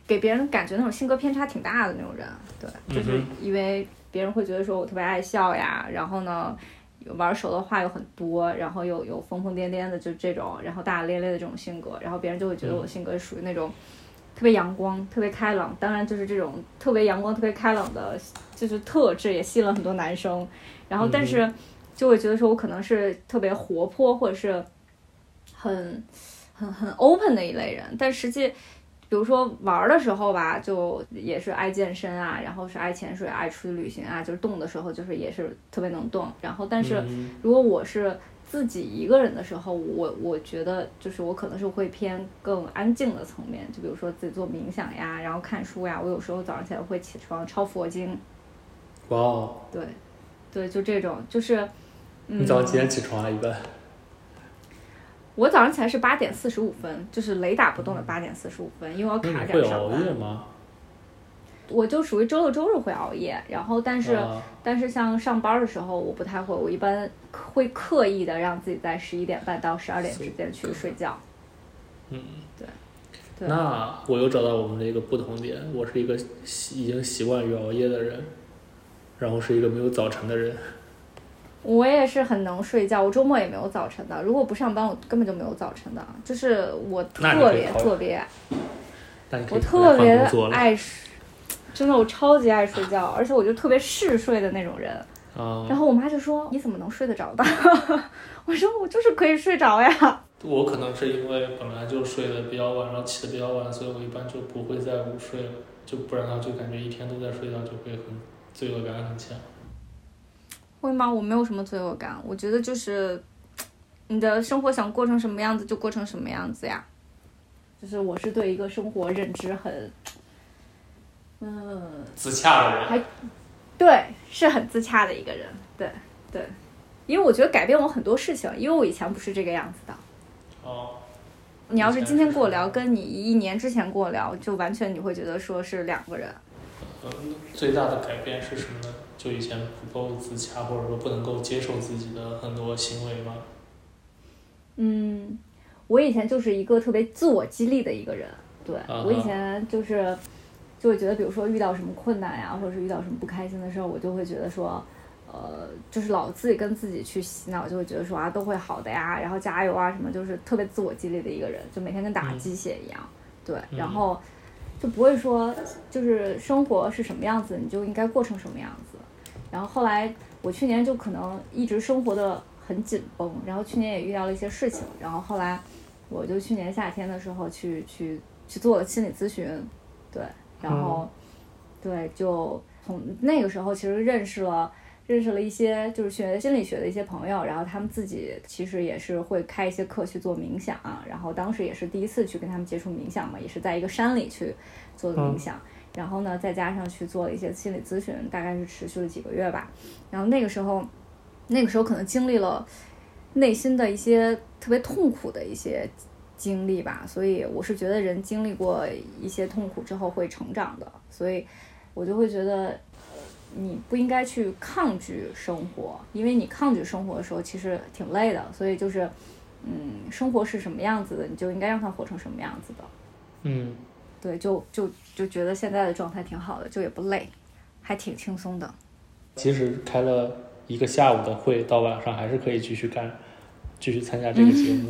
给别人感觉那种性格偏差挺大的那种人。对，就是因为别人会觉得说我特别爱笑呀，然后呢玩熟的话又很多，然后又有疯疯癫癫的就这种，然后大大咧咧的这种性格，然后别人就会觉得我的性格属于那种特别阳光特别开朗。当然就是这种特别阳光特别开朗的就是特质也吸引了很多男生，然后但是就会觉得说我可能是特别活泼或者是很很很 open 的一类人，但实际比如说玩的时候吧，就也是爱健身啊，然后是爱潜水爱出去旅行啊，就是动的时候就是也是特别能动。然后但是如果我是自己一个人的时候，我我觉得就是我可能是会偏更安静的层面，就比如说自己做冥想呀，然后看书呀，我有时候早上起来会起床抄佛经。 哇哦， 对对，就这种就是、 嗯、你早上几点起床啊？一般我早上起来是八点四十五分，就是雷打不动的八点四十五分，因为我卡着上班。 会熬夜吗？ 我就属于周六周日会熬夜，然后但是、啊、但是像上班的时候我不太会，我一般会刻意的让自己在十一点半到十二点之间去睡觉。 嗯， 对。对， 那我又找到我们的一个不同点，我是一个已经习惯于熬夜的人，然后是一个没有早晨的人。 我也是很能睡觉，我周末也没有早晨的，如果不上班我根本就没有早晨的，就是我特别特别我特别爱睡，真的我超级爱睡觉，而且我就特别嗜睡的那种人、 嗯、 然后我妈就说你怎么能睡得着的我说我就是可以睡着呀。 我可能是因为本来就睡得比较晚，然后起得比较晚，所以我一般就不会再午睡了，就不然的话就感觉一天都在睡觉，就会很罪恶感很强。 会吗？我没有什么罪恶感，我觉得就是你的生活想过成什么样子就过成什么样子呀，就是我是对一个生活认知很嗯自洽的人， 还对，是很自洽的一个人。对对，因为我觉得改变我很多事情，因为我以前不是这个样子的。 哦， 你要是今天跟我聊，跟你一年之前跟我聊，就完全你会觉得说是两个人。 嗯，最大的改变是什么呢？就以前不够自洽，或者说不能够接受自己的很多行为吗？ 嗯，我以前就是一个特别自我激励的一个人。对、uh-huh. 我以前就是就会觉得比如说遇到什么困难呀，或者是遇到什么不开心的时候，我就会觉得说呃，就是老自己跟自己去洗脑，就会觉得说啊都会好的呀，然后加油啊什么，就是特别自我激励的一个人，就每天跟打鸡血一样、嗯、对，然后就不会说就是生活是什么样子你就应该过成什么样子。然后后来我去年就可能一直生活的很紧绷，然后去年也遇到了一些事情，然后后来我就去年夏天的时候去去去做了心理咨询。对，然后、嗯、对，就从那个时候其实认识了认识了一些就是学心理学的一些朋友，然后他们自己其实也是会开一些课去做冥想、啊、然后当时也是第一次去跟他们接触冥想嘛，也是在一个山里去做的冥想、嗯、然后呢再加上去做了一些心理咨询，大概是持续了几个月吧。然后那个时候那个时候可能经历了内心的一些特别痛苦的一些经历吧，所以我是觉得人经历过一些痛苦之后会成长的，所以我就会觉得你不应该去抗拒生活，因为你抗拒生活的时候其实挺累的，所以就是嗯，生活是什么样子的你就应该让它活成什么样子的。 嗯， 对，就就就觉得现在的状态挺好的，就也不累，还挺轻松的。 即使开了一个下午的会，到晚上还是可以继续干继续参加这个节目。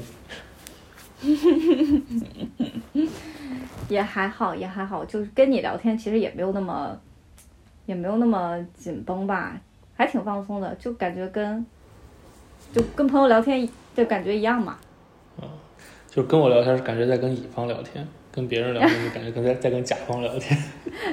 也还好也还好，就是跟你聊天其实也没有那么也没有那么紧绷吧，还挺放松的，就感觉跟就跟朋友聊天就感觉一样嘛。 嗯，就跟我聊天是感觉在跟乙方聊天，跟别人聊天就感觉跟在在跟甲方聊天。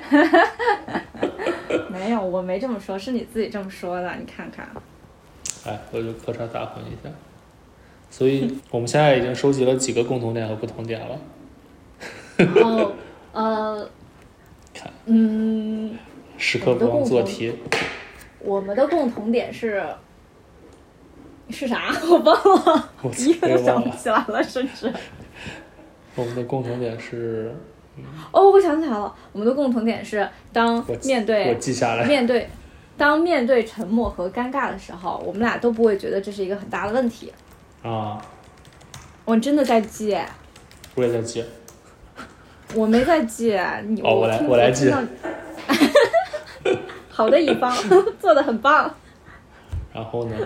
没有，我没这么说，是你自己这么说的，你看看。 哎，我就磕碜打混一下。所以我们现在已经收集了几个共同点和不同点了。 哦，呃， 看， 嗯， 时刻不忘做题。 我们的共同点是是啥？我忘了， 我一个都想不起来了，甚至。 我们的共同点是， 嗯、哦，我想起来了，我们的共同点是当面对我记下来， 面对当面对沉默和尴尬的时候，我们俩都不会觉得这是一个很大的问题。 啊， 我真的在记， 我也在记。 我没在记，你哦，我来我来记。 好的，乙方做的很棒。 然后呢？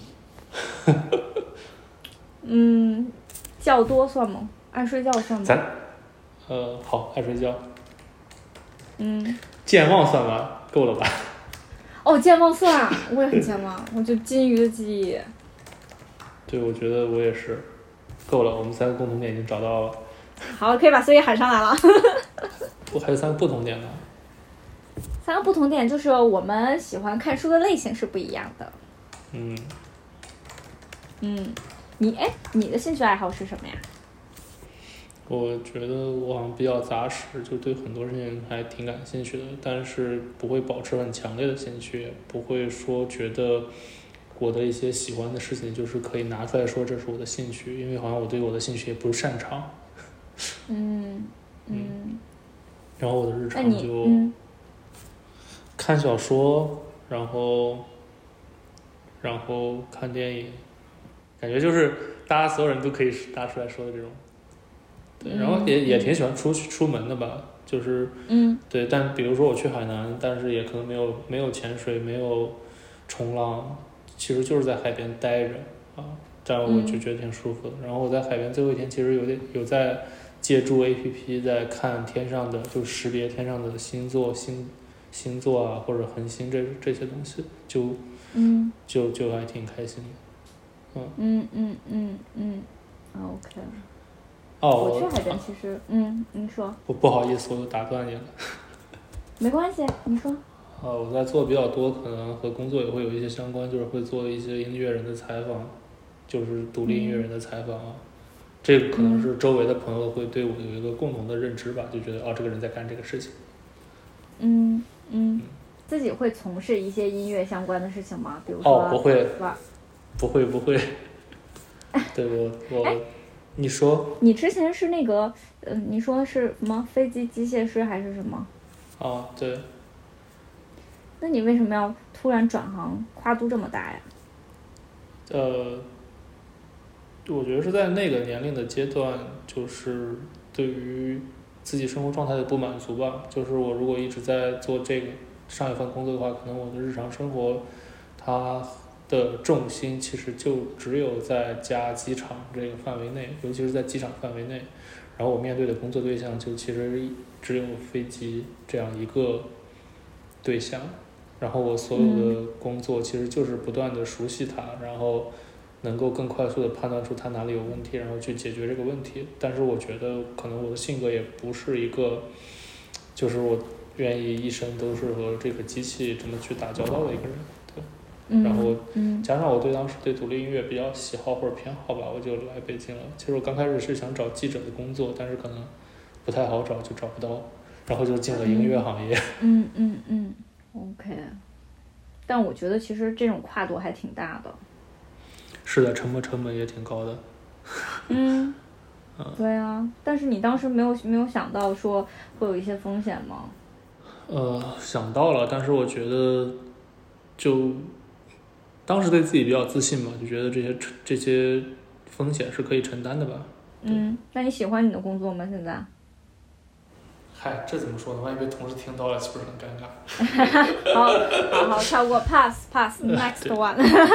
嗯，觉多算吗？爱睡觉算吗？ 咱，呃，好，爱睡觉。 嗯。 健忘算吗？够了吧？ 哦，健忘算，我也很健忘，我就金鱼的记忆。 对，我觉得我也是，够了，我们三个共同点已经找到了。 好，可以把 C 喊上来了。 我还有三个不同点呢。 三个不同点就是我们喜欢看书的类型是不一样的。 嗯。 嗯，你哎，你的兴趣爱好是什么呀？ 我觉得我好像比较杂食，就对很多事情还挺感兴趣的，但是不会保持很强烈的兴趣，也不会说觉得我的一些喜欢的事情就是可以拿出来说这是我的兴趣，因为好像我对我的兴趣也不是擅长。 嗯嗯。 然后我的日常就看小说，然后然后看电影，感觉就是大家所有人都可以拿出来说的这种。对，然后也、嗯、也挺喜欢出去出门的吧，就是嗯， 对，但比如说我去海南，但是也可能没有没有潜水，没有冲浪，其实就是在海边待着啊，这样我就觉得挺舒服的。嗯、然后我在海边最后一天，其实有点有在借助 A P P 在看天上的，就识别天上的星座、星星座啊或者恒星这这些东西，就嗯就就还挺开心的。 嗯嗯嗯嗯嗯 ，OK。 哦， 我去海边其实，啊、嗯，你说。 不不好意思，我又打断你了。 没关系，你说。 呃，我在做比较多，可能和工作也会有一些相关，就是会做一些音乐人的采访，就是独立音乐人的采访啊。嗯、这个可能是周围的朋友会对我有一个共同的认知吧，就觉得哦，这个人在干这个事情。 嗯嗯。嗯自己会从事一些音乐相关的事情吗？比如说。 哦，不会。不会不会。对我我。哎你说， 你之前是那个，呃，你说是什么飞机机械师还是什么？ 哦，对。 那你为什么要突然转行，跨度这么大呀？ 呃，我觉得是在那个年龄的阶段，就是对于自己生活状态的不满足吧。就是我如果一直在做这个上一份工作的话，可能我的日常生活，它的重心其实就只有在家机场这个范围内，尤其是在机场范围内，然后我面对的工作对象就其实只有飞机这样一个对象，然后我所有的工作其实就是不断的熟悉它，然后能够更快速的判断出它哪里有问题，然后去解决这个问题。但是我觉得可能我的性格也不是一个，就是我愿意一生都是和这个机器这么去打交道的一个人。然后加上我对当时对独立音乐比较喜好或者偏好吧，我就来北京了。其实我刚开始是想找记者的工作，但是可能不太好找，就找不到，然后就进了音乐行业。 嗯嗯嗯 ，OK。但我觉得其实这种跨度还挺大的。 是的，沉没成本也挺高的。 嗯，对啊。但是你当时没有没有想到说会有一些风险吗？ 呃，想到了，但是我觉得就。当时对自己比较自信嘛，就觉得这些这些风险是可以承担的吧。 嗯，那你喜欢你的工作吗？现在？ 嗨，这怎么说呢？万一被同事听到了，岂不是很尴尬？ 好，好好跳过 pass pass next one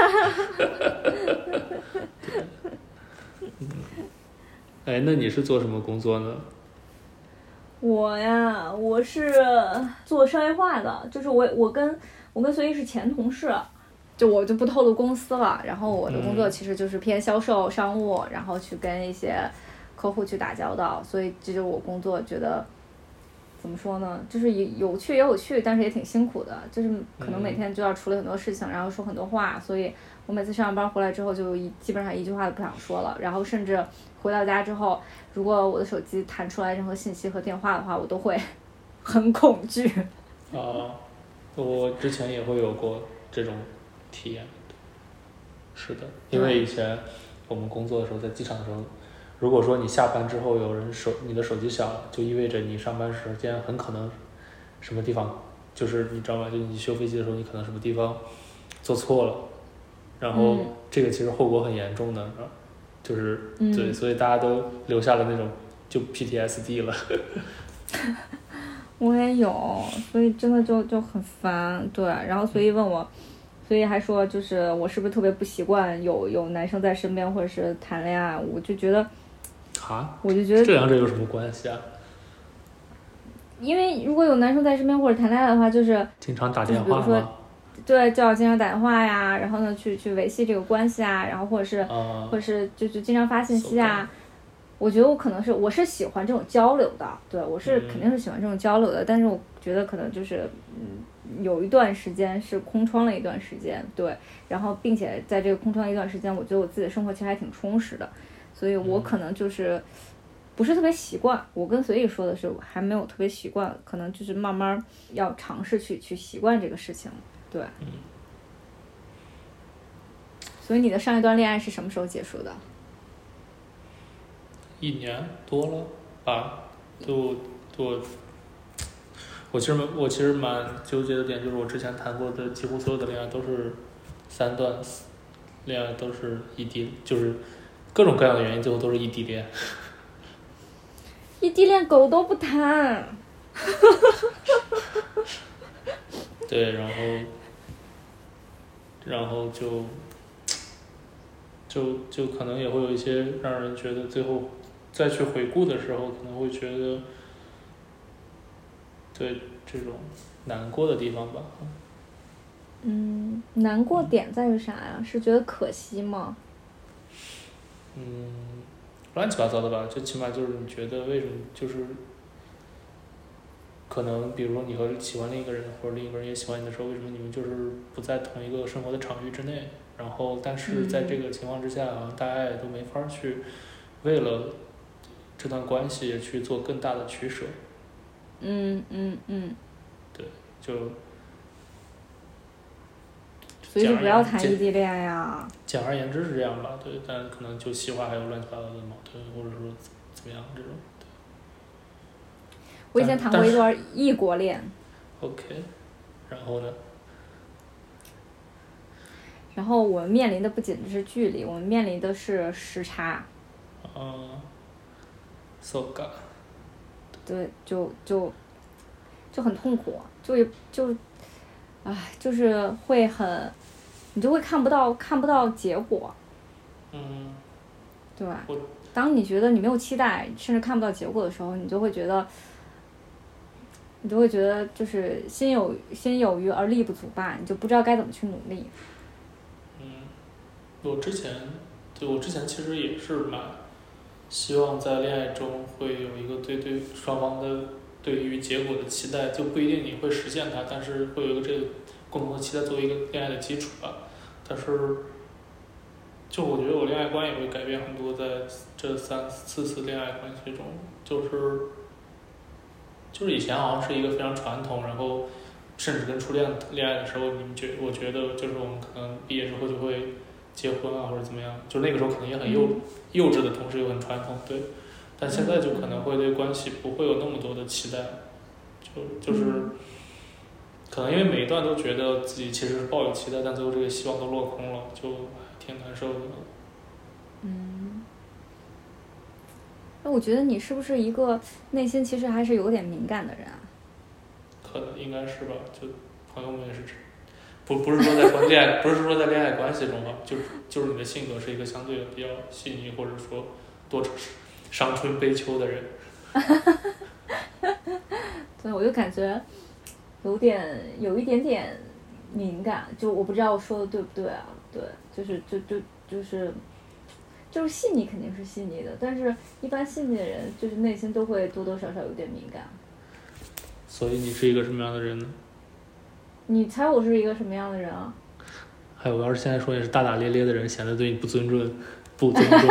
嗯。哎，那你是做什么工作呢？ 我呀，我是做商业化的，就是我我跟我跟随意是前同事。就我就不透露公司了，然后我的工作其实就是偏销售、商务，然后去跟一些客户去打交道，所以这就是我工作觉得怎么说呢，就是有趣也有趣，但是也挺辛苦的，就是可能每天就要处理很多事情，然后说很多话，所以我每次上班回来之后就一基本上一句话都不想说了，然后甚至回到家之后，如果我的手机弹出来任何信息和电话的话，我都会很恐惧。 啊，我之前也会有过这种体验。是的，因为以前我们工作的时候，在机场的时候，如果说你下班之后有人手你的手机响了，就意味着你上班时间很可能什么地方，就是你知道吗？就你修飞机的时候，你可能什么地方做错了，然后这个其实后果很严重的，就是、嗯、对，所以大家都留下了那种就 P T S D 了。 我也有，所以真的就就很烦，对，然后所以问我，所以还说就是我是不是特别不习惯有有男生在身边或者是谈恋爱，我就觉得， 啊， 我就觉得这两者有什么关系啊？ 因为如果有男生在身边或者谈恋爱的话，就是经常打电话就是比如吗？ 对，就要经常打电话呀，然后呢去去维系这个关系啊，然后或者是、 呃、 或者是就就经常发信息啊。我觉得我可能是我是喜欢这种交流的，对我是肯定是喜欢这种交流的，嗯、但是我觉得可能就是嗯有一段时间是空窗了一段时间，对，然后并且在这个空窗一段时间，我觉得我自己的生活其实还挺充实的，所以我可能就是不是特别习惯。我跟随意说的是我还没有特别习惯，可能就是慢慢要尝试去去习惯这个事情，对。 嗯。 所以你的上一段恋爱是什么时候结束的？ 一年多了吧，就我我其实我其实蛮纠结的点就是我之前谈过的几乎所有的恋爱都是三段恋爱都是异地，就是各种各样的原因最后都是异地恋。 异地恋狗都不谈。 对，然后然后就就就可能也会有一些让人觉得最后再去回顾的时候可能会觉得对这种难过的地方吧。 嗯，难过点在于啥呀？是觉得可惜吗？ 嗯，乱七八糟的吧，就起码就是你觉得为什么就是可能比如说你和喜欢另一个人或者另一个人也喜欢你的时候，为什么你们就是不在同一个生活的场域之内，然后但是在这个情况之下好像大家也都没法去为了这段关系去做更大的取舍。 嗯嗯嗯， 对，就所以就不要谈异地恋呀。 简而言之是这样吧，对，但可能就细化还有乱七八糟的矛盾，或者说怎么样这种。 我以前谈过一段异国恋。 OK， 然后呢？ 然后我们面临的不仅是距离，我们面临的是时差。 嗯 ，so ga。 对，就就就很痛苦，就也就，唉，就是会很，你就会看不到看不到结果。 嗯。 对，当你觉得你没有期待，甚至看不到结果的时候，你就会觉得。你就会觉得就是心有心有余而力不足吧，你就不知道该怎么去努力。 嗯，我之前，对我之前其实也是蛮希望在恋爱中会有一个对对双方的对于结果的期待，就不一定你会实现它，但是会有一个这个共同的期待作为一个恋爱的基础吧。但是，就我觉得我恋爱观也会改变很多，在这三四次恋爱关系中，就是。就是以前好像是一个非常传统，然后甚至跟初恋恋爱的时候，你们觉我觉得就是我们可能毕业之后就会结婚啊或者怎么样，就那个时候可能也很幼幼稚的同时又很传统，对。但现在就可能会对关系不会有那么多的期待，就就是可能因为每一段都觉得自己其实是抱有期待，但最后这个希望都落空了，就挺难受的。 嗯。那我觉得你是不是一个内心其实还是有点敏感的人啊？ 可能应该是吧，就朋友们也是，不不是说在恋爱，不是说在恋爱关系中啊，就是就是你的性格是一个相对比较细腻，或者说多伤春悲秋的人。 对，我就感觉有点有一点点敏感，就我不知道我说的对不对啊？对，就是就就就是。就是细腻肯定是细腻的，但是一般细腻的人就是内心都会多多少少有点敏感。 所以你是一个什么样的人呢？ 你猜我是一个什么样的人啊？ 还有，我要是现在说你是大大咧咧的人，显得对你不尊重，不尊重。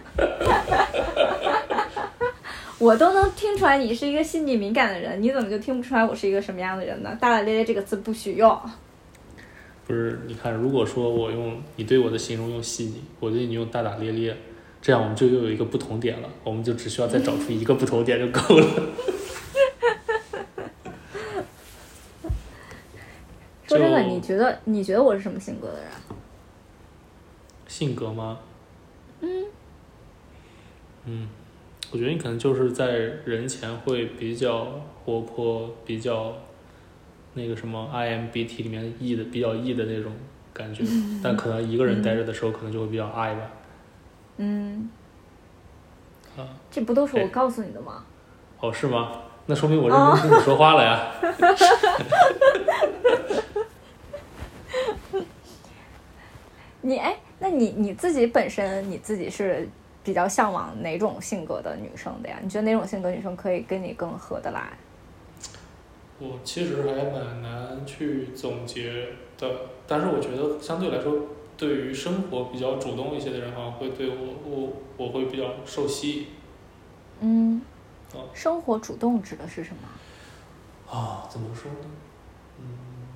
我都能听出来你是一个细腻敏感的人，你怎么就听不出来我是一个什么样的人呢？大大咧咧这个字不许用。 不是，你看，如果说我用你对我的形容用细腻，我对你用大大咧咧，这样我们就又有一个不同点了，我们就只需要再找出一个不同点就够了。 说真的，你觉得你觉得我是什么性格的人？ 性格吗？ 嗯。 嗯， 我觉得你可能就是在人前会比较活泼，比较那个什么 I M B T 里面 E 的比较 E 的那种感觉，但可能一个人待着的时候可能就会比较 I 吧。 嗯， 啊， 这不都是我告诉你的吗？ 哦，是吗？那说明我认真听你说话了呀。 你哎，那你你自己本身你自己是比较向往哪种性格的女生的呀？你觉得哪种性格女生可以跟你更合得来？ 我其实还蛮难去总结的，但是我觉得相对来说，对于生活比较主动一些的人，好像会对我我我会比较受吸引。 嗯， 哦， 生活主动指的是什么？ 啊，怎么说呢？嗯，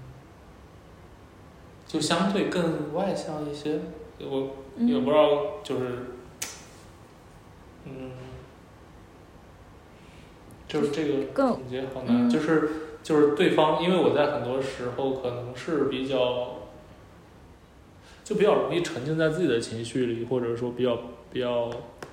就相对更外向一些。我也不知道，就是，嗯，就是这个总结好难，就是就是对方，因为我在很多时候可能是比较，就比较容易沉浸在自己的情绪里，或者说比较比较。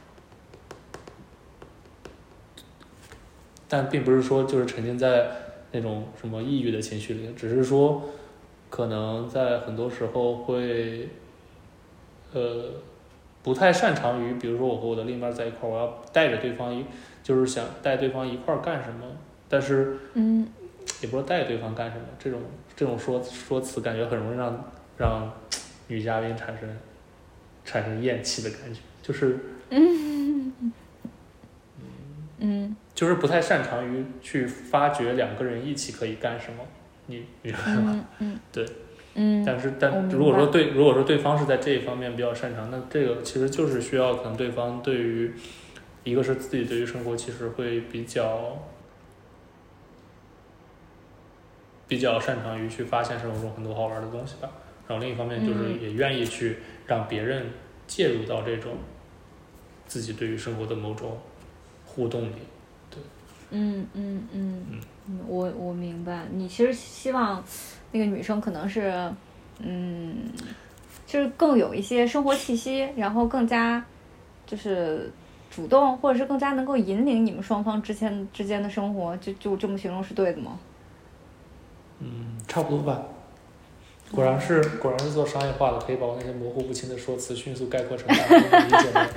但并不是说就是沉浸在那种什么抑郁的情绪里，只是说可能在很多时候会呃不太擅长于，比如说我和我的另一半在一块儿，我要带着对方一就是想带对方一块儿干什么，但是嗯也不知道带对方干什么，这种这种说说辞感觉很容易让让女嘉宾产生产生厌弃的感觉，就是嗯嗯就是不太擅长于去发掘两个人一起可以干什么，你明白吗？ 嗯嗯， 对， 嗯， 但是但如果说对，如果说对方是在这一方面比较擅长，那这个其实就是需要可能对方对于一个是自己对于生活其实会比较比较擅长于去发现生活中很多好玩的东西吧，然后另一方面就是也愿意去让别人介入到这种自己对于生活的某种互动里。 嗯嗯嗯嗯，我我明白，你其实希望那个女生可能是，嗯，就是更有一些生活气息，然后更加就是主动，或者是更加能够引领你们双方之间之间的生活，就就这么形容是对的吗？ 嗯，差不多吧。果然是果然是做商业化的，可以把我那些模糊不清的说辞迅速概括成大家都理解的。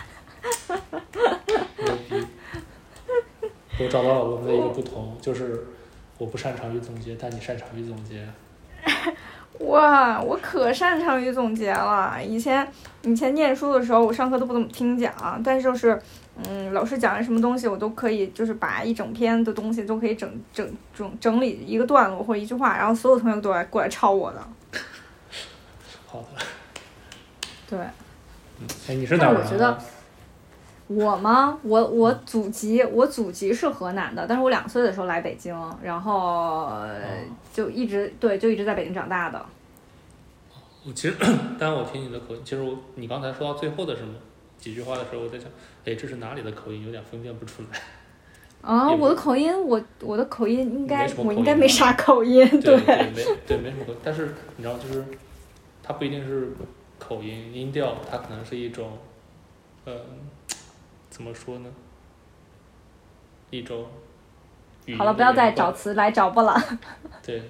我找到了我们的一个不同，就是我不擅长于总结，但你擅长于总结。 哇，我可擅长于总结了。以前以前念书的时候，我上课都不怎么听讲，但是就是嗯，老师讲的什么东西，我都可以就是把一整篇的东西都可以整整整整理一个段落或者一句话，然后所有同学都来过来抄我的。 好的。 对。 哎，你是哪儿人啊？ 我觉得。我吗？我我祖籍我祖籍是河南的，但是我两岁的时候来北京，然后就一直对就一直在北京长大的。 我其实，当然我听你的口音，其实我你刚才说到最后的什么几句话的时候，我在想，哎，这是哪里的口音？有点分辨不出来。 啊，我的口音，我我的口音应该口音我应该没啥口音， 对对没对没什么口音，但是你知道，就是它不一定是口音音调，它可能是一种，呃。怎么说呢？一种好了，不要再找词来找不了。 对，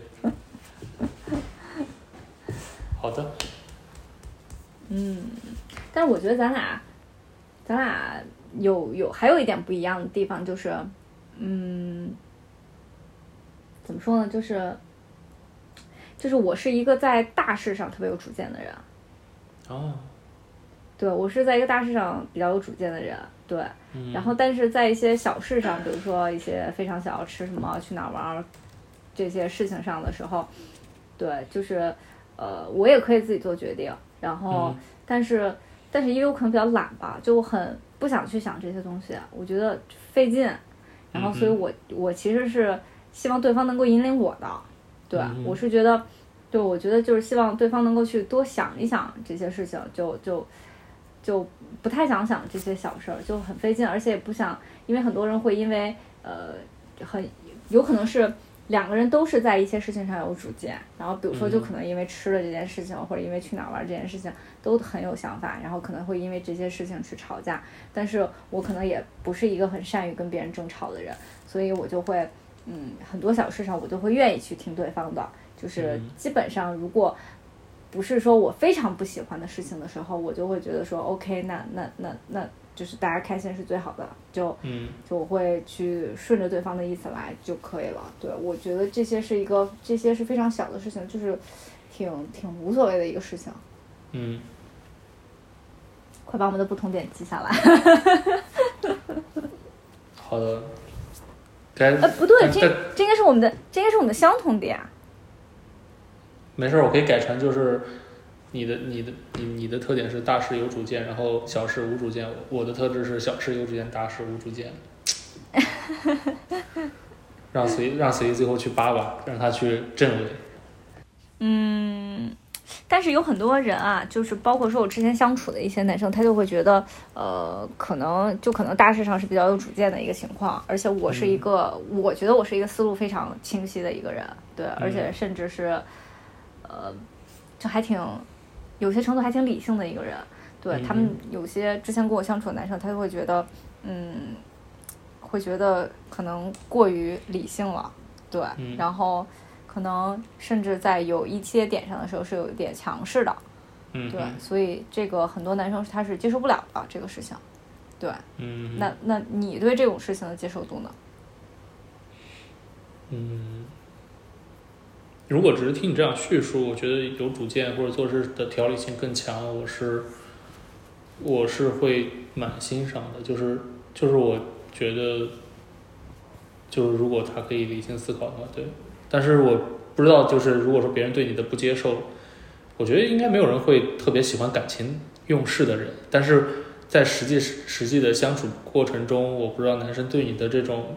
好的。 嗯，但是我觉得咱俩，咱俩有有还有一点不一样的地方，就是，嗯，怎么说呢？就是，就是我是一个在大事上特别有主见的人。 哦。 对，我是在一个大事上比较有主见的人。对，然后但是在一些小事上，比如说一些非常小，吃什么、去哪儿玩，这些事情上的时候，对，就是呃，我也可以自己做决定。然后， 嗯、 但是但是因为我可能比较懒吧，就我很不想去想这些东西，我觉得费劲。然后，所以我我其实是希望对方能够引领我的。对， 嗯、 我是觉得，就我觉得就是希望对方能够去多想一想这些事情，就就。就不太想想这些小事儿，就很费劲，而且也不想，因为很多人会因为呃很有可能是两个人都是在一些事情上有主见，然后比如说就可能因为吃了这件事情，或者因为去哪儿玩这件事情都很有想法，然后可能会因为这些事情去吵架，但是我可能也不是一个很善于跟别人争吵的人，所以我就会嗯很多小事上我就会愿意去听对方的，就是基本上如果不是说我非常不喜欢的事情的时候，我就会觉得说 OK 那那那那就是大家开心是最好的，就嗯， 就我会去顺着对方的意思来就可以了。对，我觉得这些是一个，这些是非常小的事情，就是挺挺无所谓的一个事情。 嗯， 快把我们的不同点记下来。 好的。该呃，不对，这这应该是我们的，这应该是我们的相同点。 没事，我可以改成就是你的你的你你的特点是大事有主见，然后小事无主见。我的特质是小事有主见，大事无主见。让随让随意最后去扒扒，让他去证伪。 嗯，但是有很多人啊，就是包括说我之前相处的一些男生，他就会觉得，呃，可能就可能大事上是比较有主见的一个情况，而且我是一个，嗯、我觉得我是一个思路非常清晰的一个人，对，而且甚至是，呃，就还挺。有些程度还挺理性的一个人，对、嗯、他们有些之前跟我相处的男生，他就会觉得，嗯，会觉得可能过于理性了，对， 嗯、 然后可能甚至在有一些点上的时候是有一点强势的， 嗯， 对，所以这个很多男生他是接受不了的这个事情，对， 嗯， 那那你对这种事情的接受度呢？ 嗯。如果只是听你这样叙述，我觉得有主见或者做事的条理性更强，我是我是会蛮欣赏的。就是就是我觉得，就是如果他可以理性思考的话，对。但是我不知道，就是如果说别人对你的不接受，我觉得应该没有人会特别喜欢感情用事的人。但是在实际实际的相处过程中，我不知道男生对你的这种，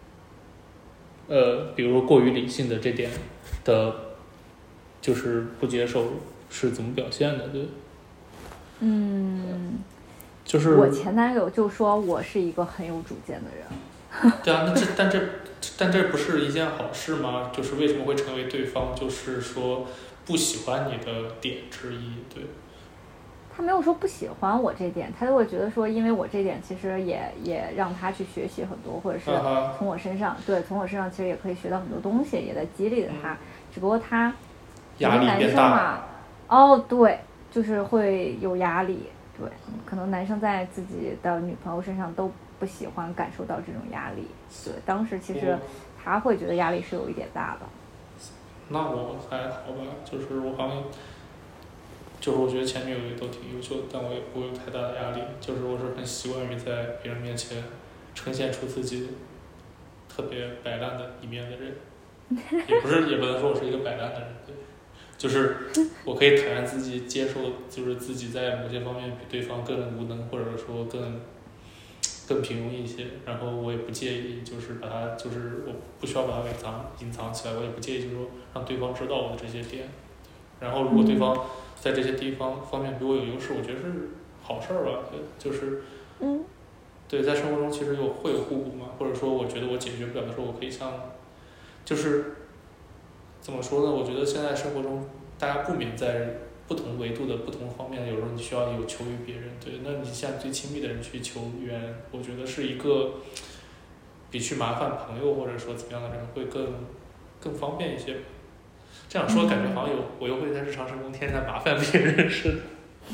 呃，比如说过于理性的这点。的，就是不接受是怎么表现的？对， 嗯， 就是我前男友就说我是一个很有主见的人。 对啊，那这但这但这不是一件好事吗？就是为什么会成为对方就是说不喜欢你的点之一？对， 他没有说不喜欢我这点，他就会觉得说，因为我这点其实也也让他去学习很多，或者是从我身上， uh-huh. 对，从我身上其实也可以学到很多东西，也在激励着他。嗯、只不过他压力男生嘛，哦，对，就是会有压力，对，可能男生在自己的女朋友身上都不喜欢感受到这种压力。对，当时其实他会觉得压力是有一点大的。 那我还好吧，就是我好像。就是我觉得前女友也都挺优秀的，但我也不会有太大的压力。就是我是很习惯于在别人面前呈现出自己特别摆烂的一面的人，也不是也不能说我是一个摆烂的人，对，就是我可以坦然自己接受，就是自己在某些方面比对方更无能，或者说更更平庸一些。然后我也不介意，就是把它，就是我不需要把它给藏隐藏起来，我也不介意，就是说让对方知道我的这些点。然后如果对方在这些地方方面比我有优势，我觉得是好事儿吧，就是， 嗯， 对，在生活中其实有会有互补嘛，或者说我觉得我解决不了的时候，我可以像，就是怎么说呢？我觉得现在生活中大家不免在不同维度的不同方面，有时候你需要有求于别人，对，那你向最亲密的人去求援，我觉得是一个比去麻烦朋友或者说怎么样的人会更更方便一些。这样说感觉好像有我又会在日常生活中天天在麻烦别人似的。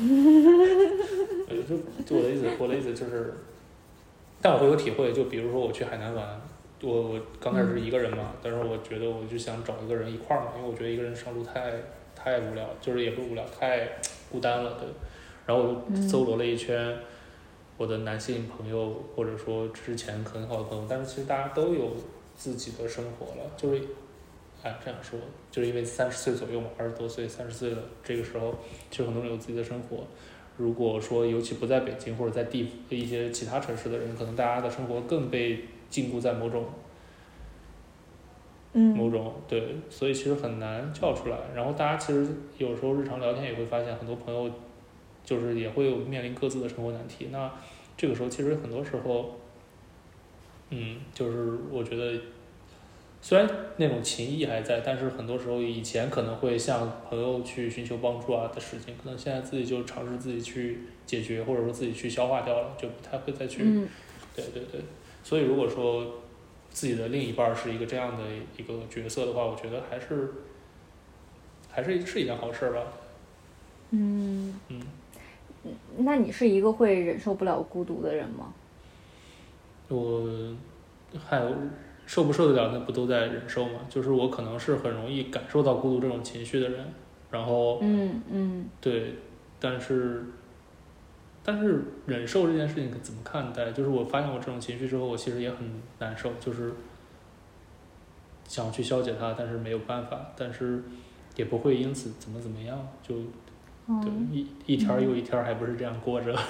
就就我的意思，我的意思就是，但我会有体会。就比如说我去海南玩，我我刚开始是一个人嘛，但是我觉得我就想找一个人一块儿嘛，因为我觉得一个人上路太太无聊，就是也不是无聊，太孤单了，对。然后我就搜罗了一圈我的男性朋友，或者说之前很好的朋友，但是其实大家都有自己的生活了，就是。哎，这样说，就是因为三十岁左右嘛，二十多岁、三十岁了，这个时候，其实很多人有自己的生活。如果说，尤其不在北京或者在地一些其他城市的人，可能大家的生活更被禁锢在某种， 嗯， 某种对，所以其实很难叫出来。然后大家其实有时候日常聊天也会发现，很多朋友就是也会有面临各自的生活难题。那这个时候，其实很多时候，嗯，就是我觉得。 虽然那种情谊还在，但是很多时候以前可能会向朋友去寻求帮助啊的事情，可能现在自己就尝试自己去解决，或者说自己去消化掉了，就不太会再去。 嗯， 对对对。所以如果说自己的另一半是一个这样的一个角色的话，我觉得还是还是是一件好事吧。 嗯嗯。 那你是一个会忍受不了孤独的人吗？ 我还受不受得了，那不都在忍受吗？就是我可能是很容易感受到孤独这种情绪的人，然后嗯嗯， 对，但是但是忍受这件事情怎么看待？就是我发现我这种情绪之后，我其实也很难受，就是想去消解它，但是没有办法，但是也不会因此怎么怎么样，就对一一天又一天，还不是这样过着。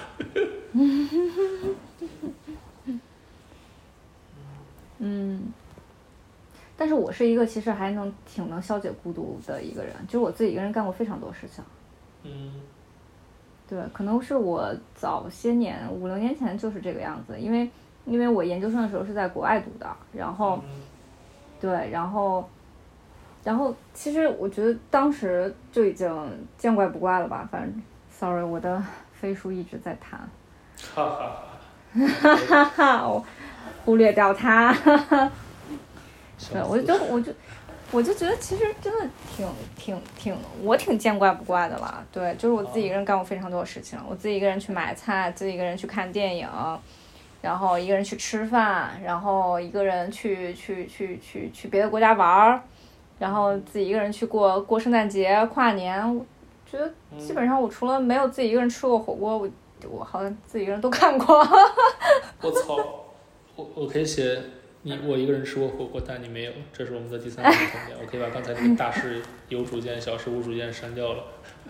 嗯，但是我是一个其实还能挺能消解孤独的一个人，就是我自己一个人干过非常多事情。 嗯， 对，可能是我早些年五六年前就是这个样子，因为因为我研究生的时候是在国外读的，然后、嗯、对，然后然后其实我觉得当时就已经见怪不怪了吧，反正 sorry 我的飞书一直在弹， 哈哈哈哈哈，我忽略掉它。对，我就我就我就觉得其实真的挺挺挺我挺见怪不怪的了。对，就是我自己一个人干过非常多的事情，我自己一个人去买菜，自己一个人去看电影，然后一个人去吃饭，然后一个人去去去去去别的国家玩，然后自己一个人去过过圣诞节、跨年。我觉得基本上我除了没有自己一个人吃过火锅，我我好像自己一个人都干过。 我操！我我可以写你我一个人吃过火锅，但你没有，这是我们的第三个共同点。我可以把刚才那个大事有主见、小事无主见删掉了。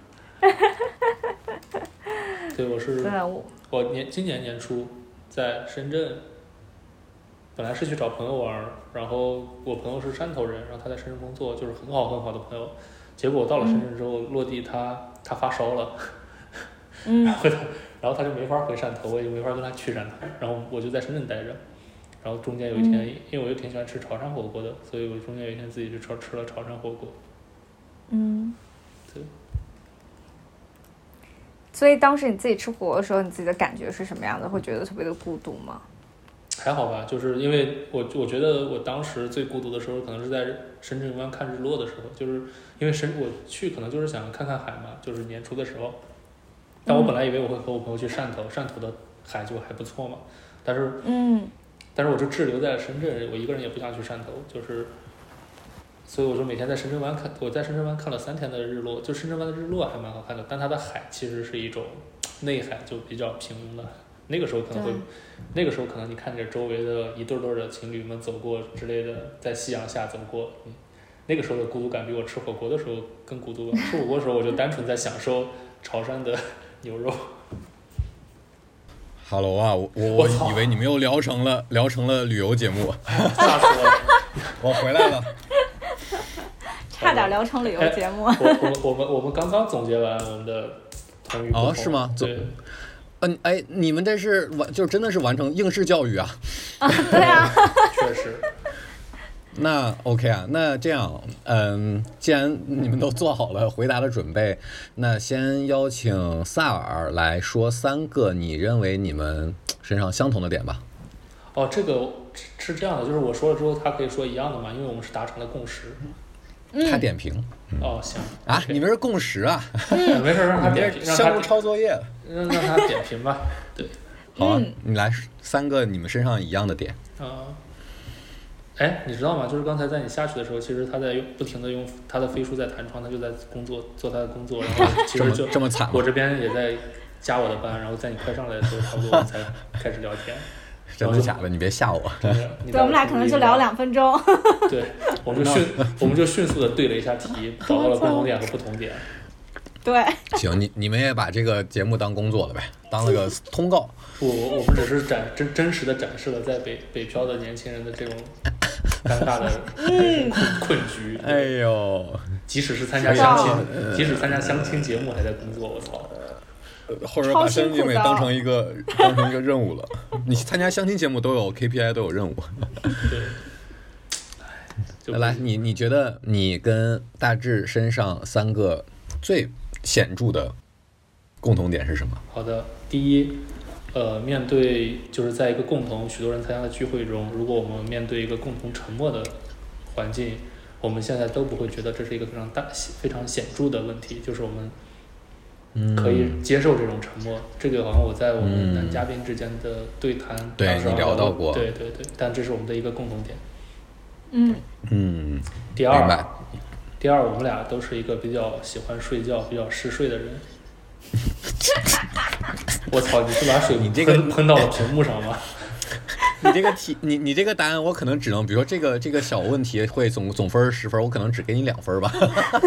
对，我是我我年今年年初在深圳，本来是去找朋友玩，然后我朋友是汕头人，然后他在深圳工作，就是很好很好的朋友。结果我到了深圳之后、嗯、落地他他发烧了， 嗯， 然后他然后他就没法回汕头，我也就没法跟他去汕头，然后我就在深圳待着。然后中间有一天、嗯，因为我又挺喜欢吃潮汕火锅的，所以我中间有一天自己去吃吃了潮汕火锅。 嗯， 对。 所以当时你自己吃火锅的时候，你自己的感觉是什么样的？会觉得特别的孤独吗？ 还好吧，就是因为我我觉得我当时最孤独的时候，可能是在深圳湾看日落的时候，就是因为深我去可能就是想看看海嘛，就是年初的时候。但我本来以为我会和我朋友去汕头，汕头的海就还不错嘛，但是嗯。 但是我就滞留在了深圳，我一个人也不想去汕头，就是，所以我说每天在深圳湾看，我在深圳湾看了三天的日落，就深圳湾的日落还蛮好看的，但它的海其实是一种内海，就比较平庸的。那个时候可能会，那个时候可能你看着周围的一对对的情侣们走过之类的，在夕阳下走过，嗯，那个时候的孤独感比我吃火锅的时候更孤独。吃火锅的时候我就单纯在享受潮汕的牛肉。 哈喽啊，我我以为你们又聊成了聊成了旅游节目， 吓死我了！ 我回来了， 差点聊成旅游节目。 我我我们我们刚刚总结完我们的同语不同。 哦，是吗？ 对。 嗯，哎，你们这是完就真的是完成应试教育啊？ 啊，对啊， 确实。 那 OK 啊，那这样，嗯，既然你们都做好了回答的准备，那先邀请萨尔来说三个你认为你们身上相同的点吧。 哦，这个是这样的，就是我说了之后，他可以说一样的嘛，因为我们是达成了共识。 他点评。 嗯、哦，行啊， okay. 你们是共识啊？ 嗯、没事，让他点评，让他项目抄作业， 让让他点评吧。对， 好啊，嗯、你来三个你们身上一样的点。 啊、呃。哎，你知道吗？就是刚才在你下去的时候，其实他在用不停的用他的飞书在弹窗，他就在工作做他的工作，然后其实就这么惨。 我这边也在加我的班，然后在你快上来的时候，差不多我们才开始聊天。 真的假的？你别吓我。 对，我们俩可能就聊两分钟。 对，我们就迅我们就迅速的对了一下题，找到了共同点和不同点。 对。 行，你你们也把这个节目当工作了呗，当了个通告。 不，我们只是展真真实的展示了在北北漂的年轻人的这种尴尬的困困局。 哎呦， 即使是参加相亲，即使参加相亲节目还在工作，我操！ 或者把相亲节目当成一个当成一个任务了。你参加相亲节目都有 K P I， 都有任务。 对。 来，你你觉得你跟大志身上三个最显著的共同点是什么？ 好的，第一，呃，面对就是在一个共同许多人参加的聚会中，如果我们面对一个共同沉默的环境，我们现在都不会觉得这是一个非常大、非常显著的问题，就是我们可以接受这种沉默。嗯、这个好像我在我们男嘉宾之间的对谈， 嗯、对你聊到过， 对对对，但这是我们的一个共同点。 嗯嗯。 第二，第二，我们俩都是一个比较喜欢睡觉、比较嗜睡的人。我操！你是把水你这个喷到了屏幕上吗？ 你这个题，你你这个答案，我可能只能，比如说这个这个小问题会总总分十分，我可能只给你两分吧。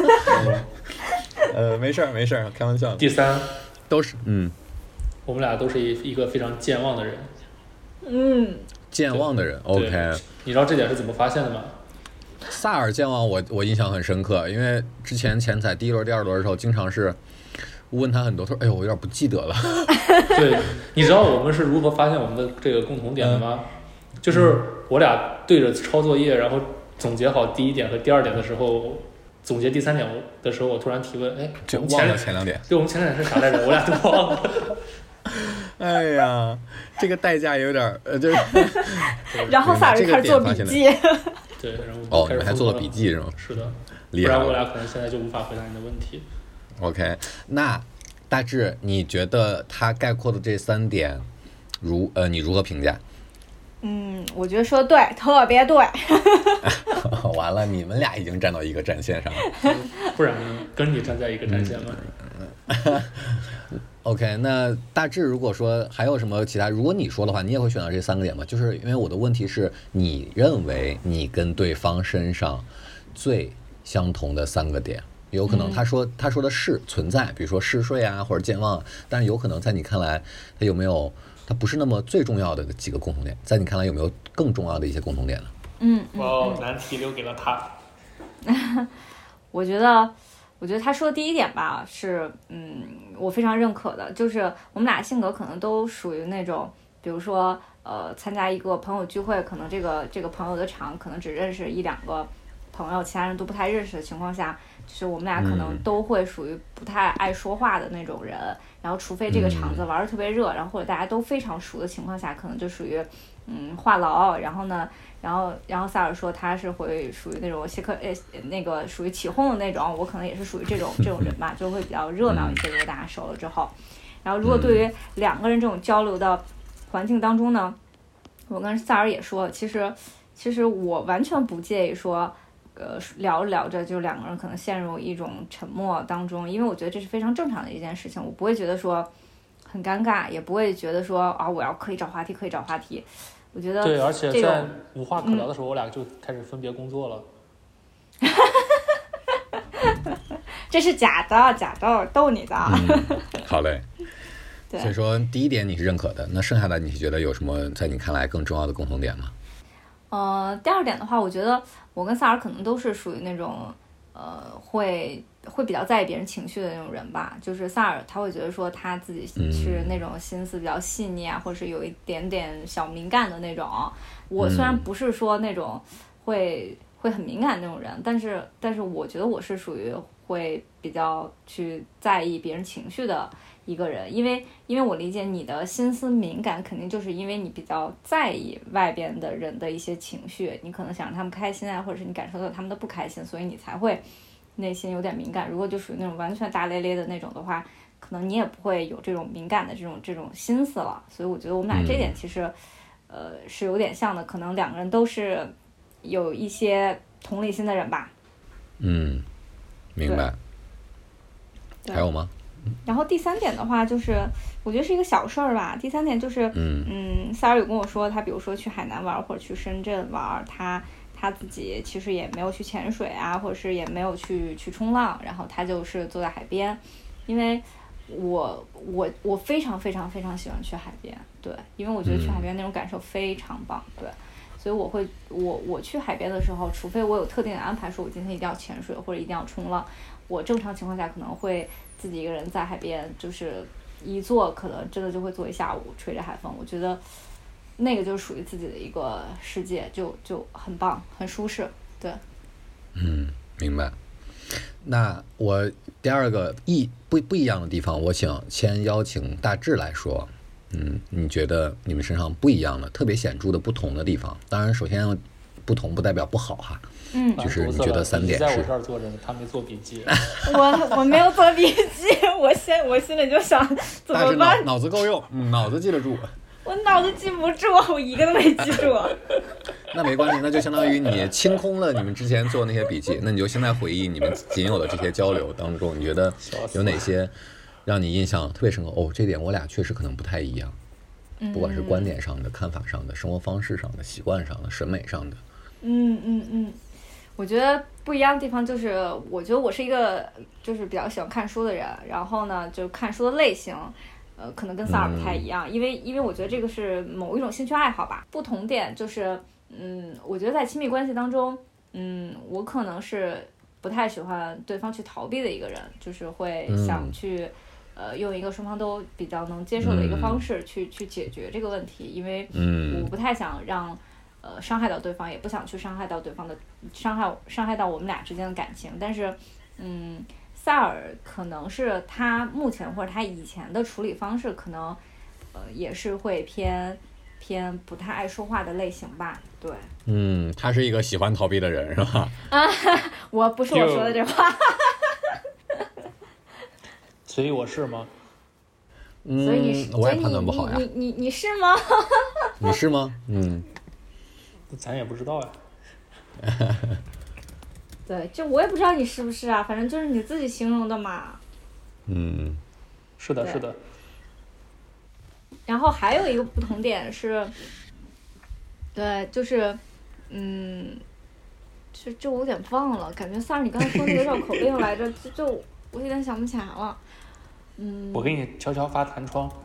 呃，没事儿没事儿，开玩笑。 第三， 都是嗯， 我们俩都是一一个非常健忘的人。 嗯， 健忘的人 ，OK。 你知道这点是怎么发现的吗？ 萨尔健忘我我印象很深刻，因为之前前彩第一轮、第二轮的时候，经常是问他很多，他说：“哎呦，我有点不记得了。” 对，你知道我们是如何发现我们的这个共同点的吗？嗯、就是我俩对着抄作业，然后总结好第一点和第二点的时候，总结第三点的时候，我突然提问：“哎， 就忘了前两点。” 对，我们前两点是啥来着？我俩都忘了。 哎呀，这个代价有点呃，就是。 然后萨尔就开始做笔记。 对，然后哦，你们还做了笔记是吗？ 是的， 厉害了。 不然我俩可能现在就无法回答你的问题。 OK， 那大致你觉得他概括的这三点，如呃，你如何评价？ 嗯，我觉得说对，特别对。 完了，你们俩已经站到一个战线上了。 不然跟你站在一个战线吗？ 嗯、OK， 那大致如果说还有什么其他，如果你说的话，你也会选到这三个点吗？就是因为我的问题是，你认为你跟对方身上最相同的三个点，有可能他说、嗯、他说的是存在，比如说嗜睡啊或者健忘，但是有可能在你看来，他有没有他不是那么最重要的几个共同点？在你看来有没有更重要的一些共同点呢？ 嗯， 哇、哦，难题留给了他。 我觉得。我觉得他说的第一点吧，是嗯，我非常认可的，就是我们俩性格可能都属于那种，比如说呃，参加一个朋友聚会，可能这个这个朋友的场可能只认识一两个朋友，其他人都不太认识的情况下，就是我们俩可能都会属于不太爱说话的那种人，嗯、然后除非这个场子玩得特别热，然后或者大家都非常熟的情况下，可能就属于嗯话痨，然后呢。然后，然后萨尔说他是会属于那种谢克呃那个属于起哄的那种，我可能也是属于这种这种人吧，就会比较热闹一些。如果大家熟了之后，然后如果对于两个人这种交流的环境当中呢，我跟萨尔也说，其实其实我完全不介意说，呃聊着聊着就两个人可能陷入一种沉默当中，因为我觉得这是非常正常的一件事情，我不会觉得说很尴尬，也不会觉得说啊我要刻意找话题，刻意找话题。我觉得对，而且在无话可聊的时候，嗯、我俩就开始分别工作了。 这是假的，假的，逗你的。 嗯、好嘞。 对。 所以说，第一点你是认可的，那剩下的你觉得有什么在你看来更重要的共同点吗？ 呃，第二点的话，我觉得我跟萨尔可能都是属于那种呃会。会比较在意别人情绪的那种人吧，就是萨尔他会觉得说他自己是那种心思比较细腻啊，嗯、或者是有一点点小敏感的那种。我虽然不是说那种会会很敏感的那种人，但是但是我觉得我是属于会比较去在意别人情绪的一个人，因为因为我理解你的心思敏感，肯定就是因为你比较在意外边的人的一些情绪，你可能想让他们开心啊，或者是你感受到他们的不开心，所以你才会。内心有点敏感，如果就属于那种完全大咧咧的那种的话，可能你也不会有这种敏感的这种这种心思了。所以我觉得我们俩这点其实，嗯、呃，是有点像的，可能两个人都是有一些同理心的人吧。 嗯，明白。还有吗？ 然后第三点的话，就是我觉得是一个小事儿吧。第三点就是， 嗯嗯，萨尔有跟我说，他比如说去海南玩或者去深圳玩，他。他自己其实也没有去潜水啊，或者是也没有去去冲浪，然后他就是坐在海边，因为我我我非常非常非常喜欢去海边，对，因为我觉得去海边那种感受非常棒，对，所以我会我我去海边的时候，除非我有特定的安排，说我今天一定要潜水或者一定要冲浪，我正常情况下可能会自己一个人在海边，就是一坐可能真的就会坐一下午，吹着海风，我觉得。那个就是属于自己的一个世界，就就很棒，很舒适，对。 嗯，明白。那我第二个一不不一样的地方，我想先邀请大志来说。嗯，你觉得你们身上不一样的、特别显著的不同的地方？当然，首先不同不代表不好哈。 嗯， 就是你觉得三点是？ 在我这儿坐着呢，他没做笔记。 我我没有做笔记，我先我心里就想怎么办？ 脑脑子够用，嗯，脑子记得住。 我脑子记不住，我一个都没记住。 那没关系，那就相当于你清空了你们之前做那些笔记，那你就现在回忆你们仅有的这些交流当中，你觉得有哪些让你印象特别深刻？哦，这点我俩确实可能不太一样，不管是观点上的、看法上的、生活方式上的、习惯上的、审美上的。 嗯嗯嗯，我觉得不一样的地方就是，我觉得我是一个就是比较喜欢看书的人，然后呢，就看书的类型。呃，可能跟萨尔不太一样，因为因为我觉得这个是某一种兴趣爱好吧。不同点就是，嗯，我觉得在亲密关系当中，嗯，我可能是不太喜欢对方去逃避的一个人，就是会想去，呃，用一个双方都比较能接受的一个方式去、嗯、去解决这个问题，因为我不太想让呃伤害到对方，也不想去伤害到对方的伤害伤害到我们俩之间的感情，但是，嗯。萨尔可能是他目前或者他以前的处理方式，可能呃也是会偏偏不太爱说话的类型吧。对， 嗯，他是一个喜欢逃避的人，是吧？ 啊，我不是我说的这话。 所以我是吗？ 嗯， 所以你我也判断不好呀。 你你 你, 你是吗？ 你是吗？嗯， 咱也不知道呀。 对，就我也不知道你是不是啊，反正就是你自己形容的嘛。 嗯， 是的，是的。 然后还有一个不同点是，对，就是，嗯，就就我有点忘了，感觉萨尔你刚才说那个绕口令来着，就就我有点想不起来了。嗯。 我给你悄悄发弹窗。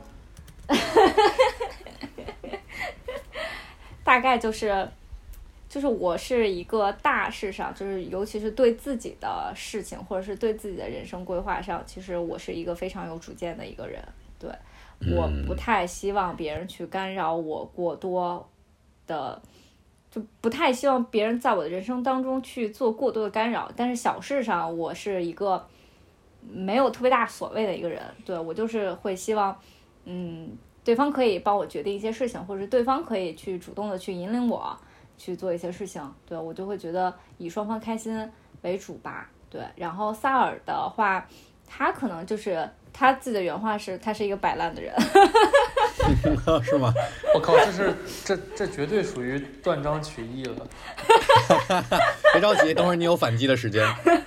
大概就是。就是我是一个大事上，就是尤其是对自己的事情，或者是对自己的人生规划上，其实我是一个非常有主见的一个人。对，我不太希望别人去干扰我过多的，就不太希望别人在我的人生当中去做过多的干扰。但是小事上，我是一个没有特别大所谓的一个人。对，我就是会希望，嗯，对方可以帮我决定一些事情，或者是对方可以去主动的去引领我。去做一些事情，对，我就会觉得以双方开心为主吧，对。然后萨尔的话，他可能就是他自己的原话是，他是一个摆烂的人。 是吗？ 我靠，这是这这绝对属于断章取义了。 别着急，等会儿你有反击的时间。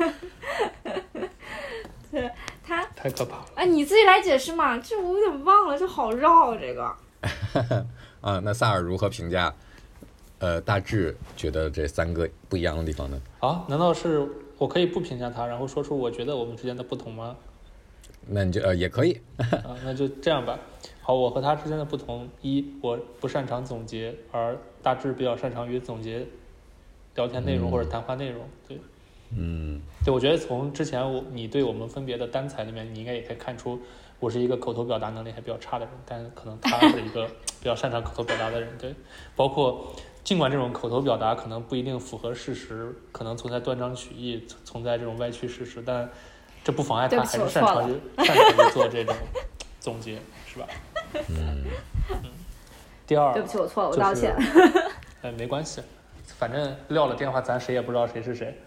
对他太可怕了。 哎，你自己来解释嘛，这我有点忘了，就好绕这个。 啊，那萨尔如何评价？呃，大致觉得这三个不一样的地方呢？ 啊，难道是我可以不评价他，然后说出我觉得我们之间的不同吗？ 那你就呃也可以。 啊，那就这样吧。好，我和他之间的不同，一，我不擅长总结，而大致比较擅长于总结聊天内容或者谈话内容。对， 嗯， 对，我觉得从之前我你对我们分别的单采里面，你应该也可以看出，我是一个口头表达能力还比较差的人，但可能他是一个比较擅长口头表达的人。对，包括。尽管这种口头表达可能不一定符合事实，可能存在断章取义，存在这种歪曲事实，但这不妨碍他还是擅长于擅长于做这种总结，是吧？ 嗯嗯。第二， 对不起，我错了，我道歉。 哎，没关系，反正撂了电话，咱谁也不知道谁是谁。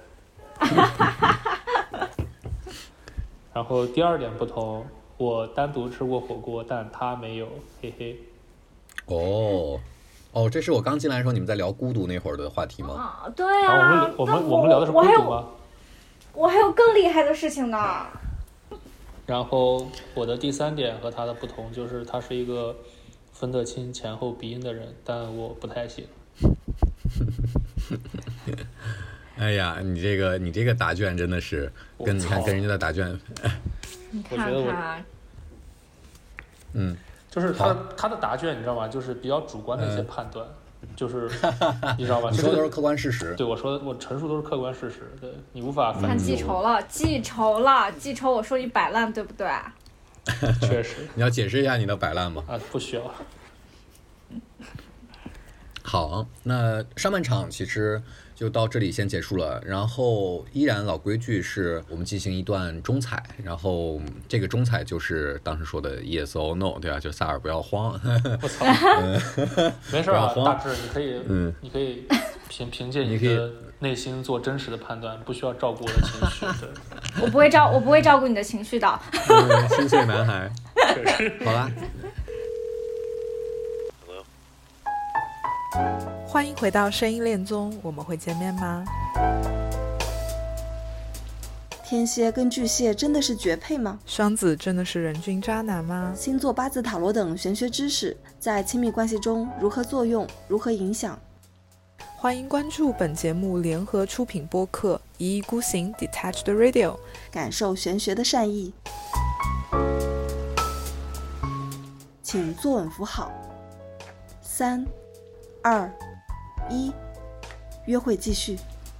然后第二点不同，我单独吃过火锅，但他没有，嘿嘿。 哦。哦，这是我刚进来的时候你们在聊孤独那会儿的话题吗？ 啊，对呀、啊啊。我们我们我们聊的是孤独吗？ 我还有更厉害的事情呢。 然后我的第三点和他的不同就是，他是一个分得清前后鼻音的人，但我不太行。 哎呀，你这个你这个答卷真的是跟你看跟人家的答卷， 你看看， 嗯。 就是他的他的答卷，你知道吗？就是比较主观的一些判断，嗯、就是你知道吗？ 你说的都是客观事实。 对，我说我陈述都是客观事实，对你无法反驳。 看记仇了，记仇了，记仇！我说你摆烂，对不对？ 确实。 你要解释一下你的摆烂吗？ 啊，不需要。 好，那上半场其实就到这里先结束了。然后依然老规矩是我们进行一段中彩，然后这个中彩就是当时说的 yes or no， 对吧？就萨尔不要慌。 我操，没事啊，大致你可以，嗯，你可以凭凭借你的内心做真实的判断，不需要照顾我的情绪。对， 我不会照，我不会照顾你的情绪的。 嗯、心碎男孩。好啦。 欢迎回到声音恋综，我们会见面吗？ 天蝎跟巨蟹真的是绝配吗？ 双子真的是人均渣男吗？ 星座、八字、塔罗等玄学知识在亲密关系中如何作用，如何影响？ 欢迎关注本节目联合出品播客一意孤行 Detached Radio， 感受玄学的善意。请坐稳扶好。三、二、一，约会继续。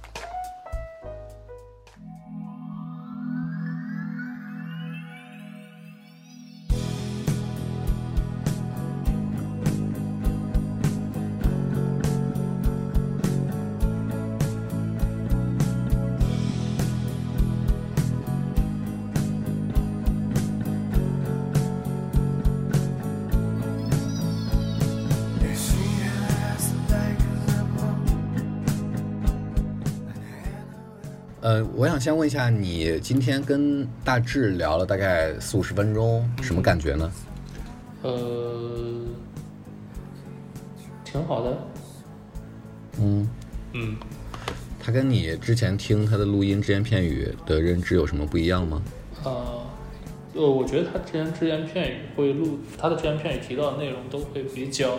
呃，我想先问一下，你今天跟大志聊了大概四五十分钟，什么感觉呢？ 呃，挺好的。 嗯嗯， 他跟你之前听他的录音只言片语的认知有什么不一样吗？ 呃，呃，我觉得他之前只言片语会录，他的只言片语提到的内容都会比较，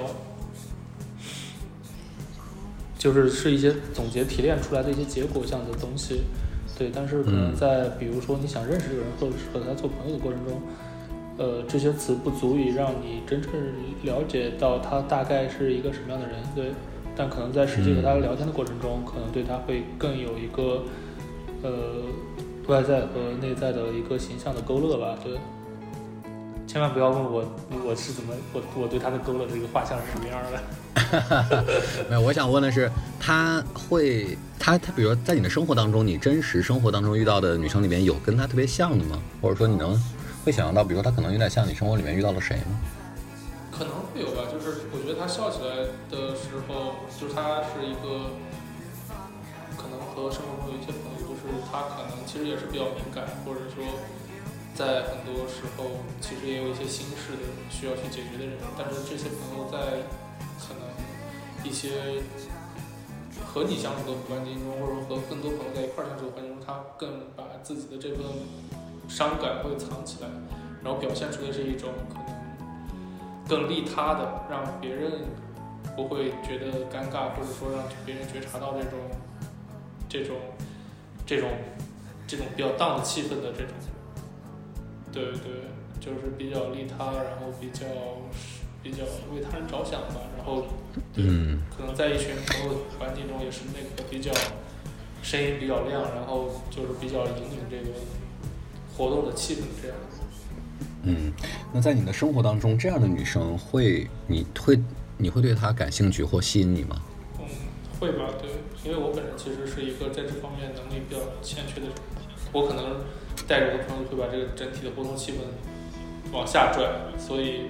就是是一些总结提炼出来的一些结果这样的东西。对，但是可能在比如说你想认识这个人，或者是和他做朋友的过程中，呃，这些词不足以让你真正了解到他大概是一个什么样的人。对，但可能在实际和他聊天的过程中，可能对他会更有一个呃外在和内在的一个形象的勾勒吧。对，千万不要问我我是怎么我我对他的勾勒的一个画像是什么样的。 没有，我想问的是，他会他他，比如说在你的生活当中，你真实生活当中遇到的女生里面有跟他特别像的吗？或者说你能会想象到，比如说他可能有点像你生活里面遇到了谁吗？ 可能会有吧，就是我觉得他笑起来的时候，就是他是一个，可能和生活中有一些朋友，就是他可能其实也是比较敏感，或者说在很多时候其实也有一些心事的需要去解决的人，但是这些朋友在可能一些和你相处的环境中，或者说和更多朋友在一块儿相处的环境中，他更把自己的这份伤感会藏起来，然后表现出的是一种可能更利他的，让别人不会觉得尴尬，或者说让别人觉察到这种这种这种这种比较荡的气氛的这种，对对，就是比较利他，然后比较比较为他人着想吧，然后嗯， 可能在一群朋友环境中也是那个比较声音比较亮，然后就是比较引领这个活动的气氛这样。 嗯，那在你的生活当中，这样的女生会，你会你会对她感兴趣或吸引你吗？ 嗯，会吧，对，因为我本人其实是一个在这方面能力比较欠缺的人，我可能带着我的朋友会把这个整体的活动气氛往下拽，所以，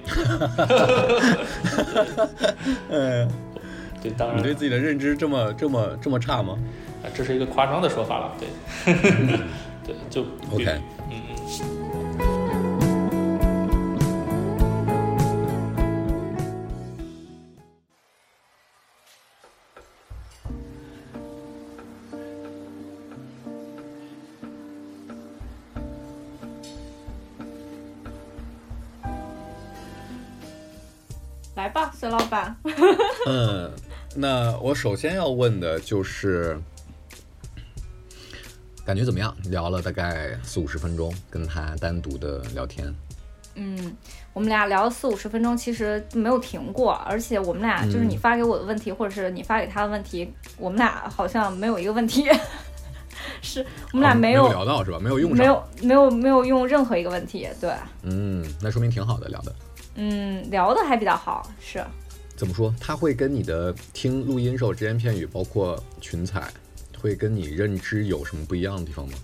嗯， 对，当然， 你对自己的认知这么这么这么差吗？ 啊，这是一个夸张的说法了，对，对，就 OK， 嗯嗯。 来吧，孙老板。 嗯，那我首先要问的就是，感觉怎么样？聊了大概四五十分钟，跟他单独的聊天。 嗯，我们俩聊了四五十分钟，其实没有停过，而且我们俩就是你发给我的问题，嗯、或者是你发给他的问题，我们俩好像没有一个问题是我们俩没有、 哦、没有聊到是吧？没有用上， 没有没有没有用任何一个问题，对。 嗯，那说明挺好的聊的。 嗯，聊的还比较好，是。 怎么说？他会跟你的听录音时候只言片语，包括群采，会跟你认知有什么不一样的地方吗？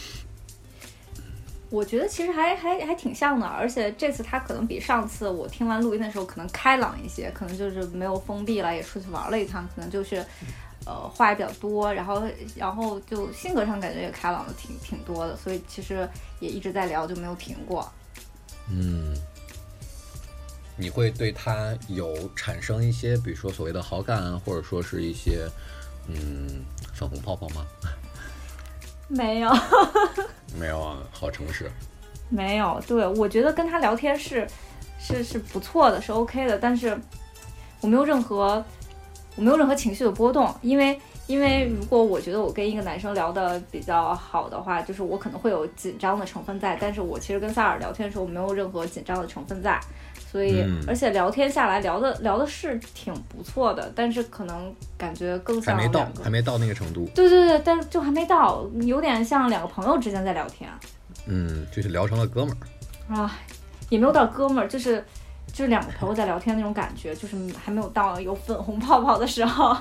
我觉得其实还还还挺像的，而且这次他可能比上次我听完录音的时候可能开朗一些，可能就是没有封闭了，也出去玩了一趟，可能就是呃话也比较多，然后然后就性格上感觉也开朗的挺挺多的，所以其实也一直在聊，就没有停过。 嗯，你会对他有产生一些比如说所谓的好感，或者说是一些嗯粉红泡泡吗？ 没有没有啊，好诚实。 没有，对，我觉得跟他聊天是是是不错的，是 OK 的，但是我没有任何我没有任何情绪的波动，因为因为如果我觉得我跟一个男生聊得比较好的话，就是我可能会有紧张的成分在，但是我其实跟萨尔聊天的时候没有任何紧张的成分在，所以、嗯、而且聊天下来聊的聊的是挺不错的，但是可能感觉更像还没到还没到那个程度。 对对对，但是就还没到，有点像两个朋友之间在聊天。 嗯，就是聊成了哥们儿啊，也没有到哥们儿，就是就是两个朋友在聊天那种感觉，就是还没有到有粉红泡泡的时候。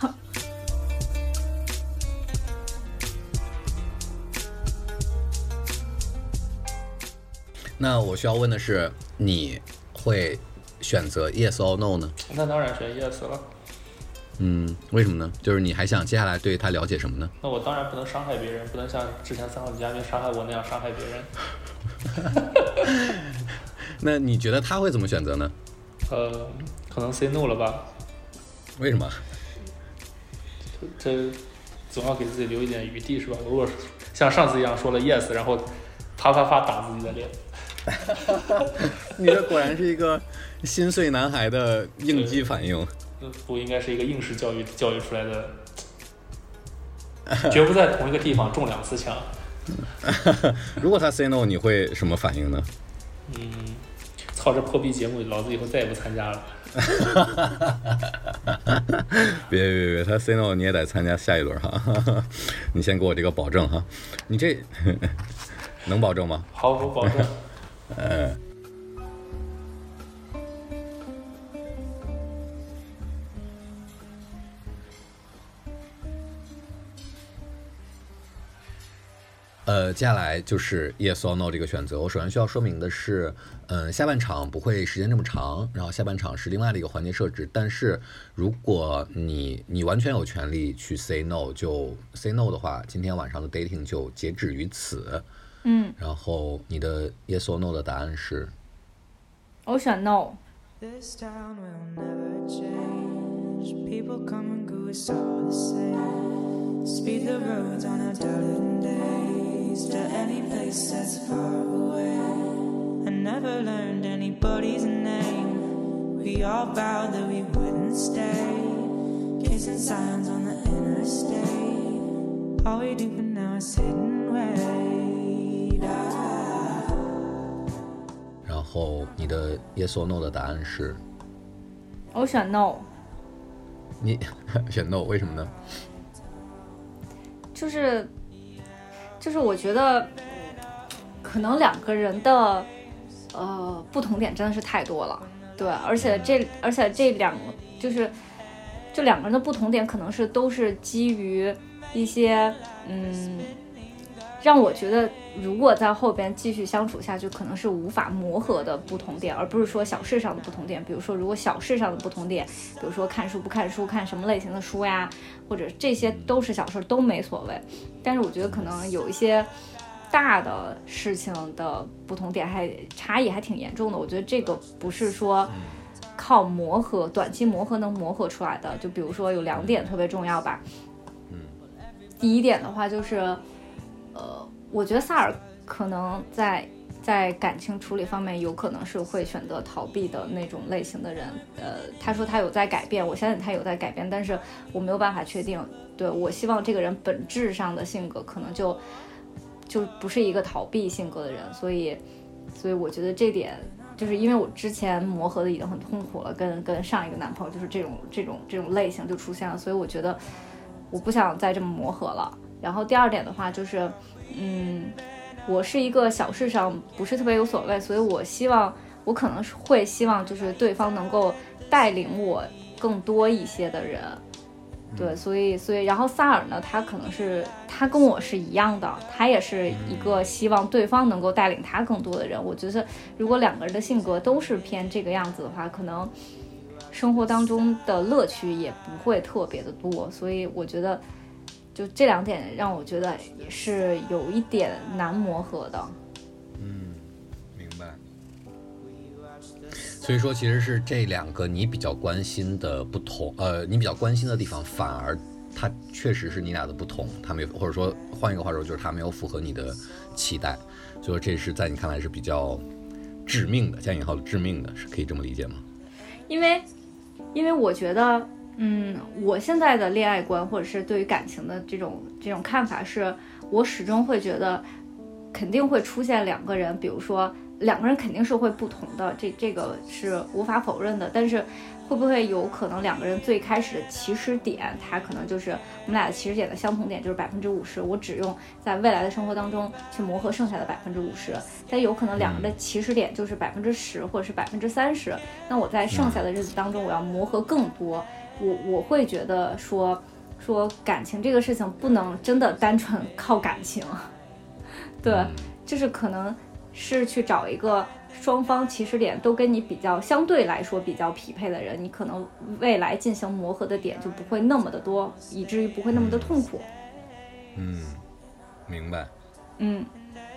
那我需要问的是，你会选择 yes or no 呢？ 那当然选 yes 了。 嗯，为什么呢？就是你还想接下来对他了解什么呢？ 那我当然不能伤害别人，不能像之前三号嘉宾伤害我那样伤害别人。 那你觉得他会怎么选择呢？ 呃，可能 say no 了吧。 为什么？ 这总要给自己留一点余地是吧？如果像上次一样说了 yes， 然后啪啪啪打自己的脸。 你这果然是一个心碎男孩的应激反应。 不应该是一个应试教育教育出来的，绝不在同一个地方中两次枪。 如果他 say no， 你会什么反应呢？ 嗯，操这破逼节目，老子以后再也不参加了。 别别别，他 say no 你也得参加下一轮哈。你先给我这个保证哈，你这能保证吗？ 好，我保证。 呃。呃，接下来就是 yes or no 这个选择。我首先需要说明的是，嗯、呃，下半场不会时间这么长，然后下半场是另外的一个环节设置。但是如果你你完全有权利去 say no， 就 say no 的话，今天晚上的 dating 就截止于此。 嗯。 然后你的 yes or no 的答案是？ 我选 no。 This town will never change. People come and go, it's all the same. Speed the roads on a dull day.To any place that's far away. I never learned anybody's name. We all vowed that we wouldn't stay. Kissing signs on the interstate. All we do for now is sit and wait. Ah. 然后你的 yes or no 的答案是？ 我选 no。 你选 no 为什么呢？ 就是就是我觉得可能两个人的呃不同点真的是太多了，对，而且这而且这两就是就两个人的不同点可能是都是基于一些嗯让我觉得如果在后边继续相处下去可能是无法磨合的不同点，而不是说小事上的不同点。比如说如果小事上的不同点，比如说看书不看书，看什么类型的书呀，或者这些都是小事都没所谓，但是我觉得可能有一些大的事情的不同点还差异还挺严重的。我觉得这个不是说靠磨合短期磨合能磨合出来的。就比如说有两点特别重要吧。第一点的话就是呃，我觉得萨尔可能在在感情处理方面有可能是会选择逃避的那种类型的人。呃，他说他有在改变，我相信他有在改变，但是我没有办法确定。对，我希望这个人本质上的性格可能就就不是一个逃避性格的人，所以所以我觉得这点就是因为我之前磨合的已经很痛苦了，跟跟上一个男朋友就是这种这种这种类型就出现了，所以我觉得我不想再这么磨合了。然后第二点的话就是，嗯，我是一个小事上不是特别有所谓，所以我希望我可能是会希望就是对方能够带领我更多一些的人。对，所以所以然后萨尔呢，他可能是他跟我是一样的，他也是一个希望对方能够带领他更多的人。我觉得如果两个人的性格都是偏这个样子的话，可能生活当中的乐趣也不会特别的多。所以我觉得就这两点让我觉得也是有一点难磨合的。 嗯，明白。所以说其实是这两个你比较关心的不同，呃，你比较关心的地方，反而它确实是你俩的不同，他没有，或者说换一个话说，就是他没有符合你的期待，所以说这是在你看来是比较致命的，加引号的致命的，是可以这么理解吗？ 因为，因为我觉得，嗯，我现在的恋爱观或者是对于感情的这种这种看法是，我始终会觉得肯定会出现两个人，比如说。两个人肯定是会不同的，这这个是无法否认的。但是会不会有可能两个人最开始的起始点，他可能就是我们俩的起始点的相同点就是百分之五十，我只用在未来的生活当中去磨合剩下的百分之五十。但有可能两个人的起始点就是百分之十或者是百分之三十，那我在剩下的日子当中我要磨合更多。我我会觉得说说感情这个事情不能真的单纯靠感情，对，就是可能。是去找一个双方起始点都跟你比较相对来说比较匹配的人，你可能未来进行磨合的点就不会那么的多，以至于不会那么的痛苦。 嗯，明白。 嗯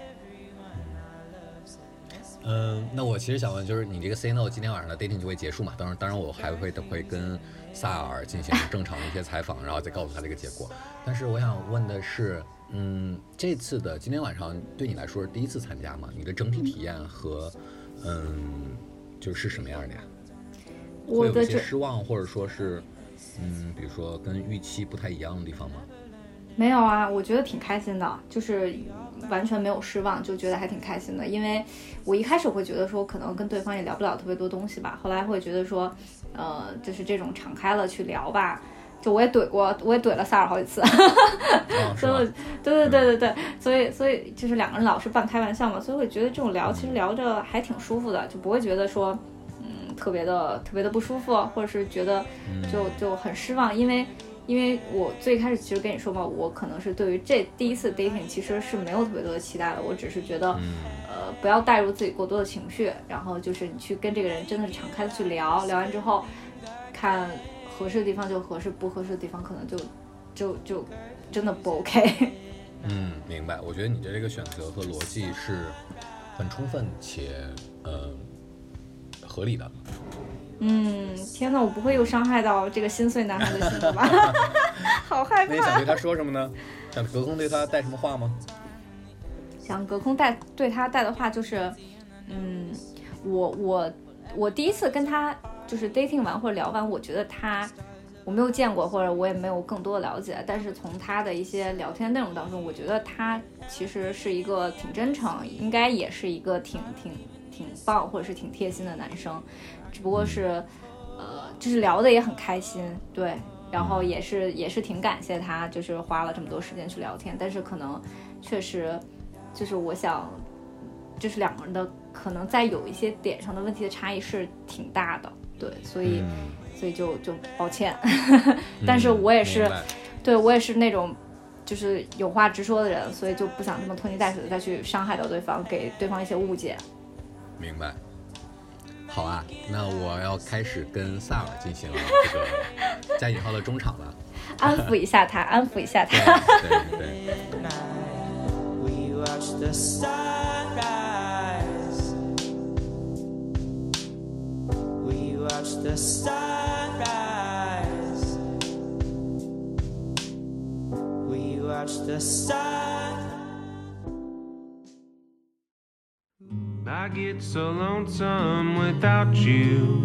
嗯，那我其实想问，就是你这个 say no 今天晚上的 dating 就会结束嘛？当然，当然我还会会跟萨尔进行正常的一些采访，然后再告诉他这个结果。但是我想问的是。嗯，这次的今天晚上对你来说是第一次参加吗？你的整体体验和嗯，就是什么样的呀？会有一些失望，或者说是嗯，比如说跟预期不太一样的地方吗？ 没有啊，我觉得挺开心的，就是完全没有失望，就觉得还挺开心的。因为我一开始会觉得说可能跟对方也聊不了特别多东西吧，后来会觉得说呃，就是这种敞开了去聊吧。就我也怼过，我也怼了萨尔好几次， 哦、 所以对对对对对，所以所以就是两个人老是半开玩笑嘛，所以我觉得这种聊其实聊着还挺舒服的，就不会觉得说嗯特别的特别的不舒服，或者是觉得就就很失望，因为因为我最开始其实跟你说嘛，我可能是对于这第一次 dating 其实是没有特别多的期待的，我只是觉得、嗯、呃不要带入自己过多的情绪，然后就是你去跟这个人真的是敞开的去聊，聊完之后看。合适的地方就合适，不合适的地方可能就就就真的不 OK。 嗯，明白。我觉得你的这个选择和逻辑是很充分且呃合理的。 嗯，天哪，我不会又伤害到这个心碎男孩的心了吧？好害怕。 那你想对他说什么呢？想隔空对他带什么话吗？ 想隔空带对他带的话就是嗯我我我第一次跟他就是 dating 完或者聊完，我觉得他我没有见过，或者我也没有更多的了解，但是从他的一些聊天内容当中，我觉得他其实是一个挺真诚，应该也是一个挺挺挺棒或者是挺贴心的男生，只不过是呃就是聊的也很开心，对，然后也是也是挺感谢他就是花了这么多时间去聊天，但是可能确实就是我想就是两个人的可能在有一些点上的问题的差异是挺大的，对，所以、嗯、所以就就抱歉但是我也是、嗯、对我也是那种就是有话直说的人，所以就不想这么拖泥带水的再去伤害到对方，给对方一些误解。 明白。好啊，那我要开始跟萨尔进行这个加引号的中场了安抚一下他安抚一下他对对对 watch the sunrise. We watch the sunrise. We watch the sun. I get so lonesome without you.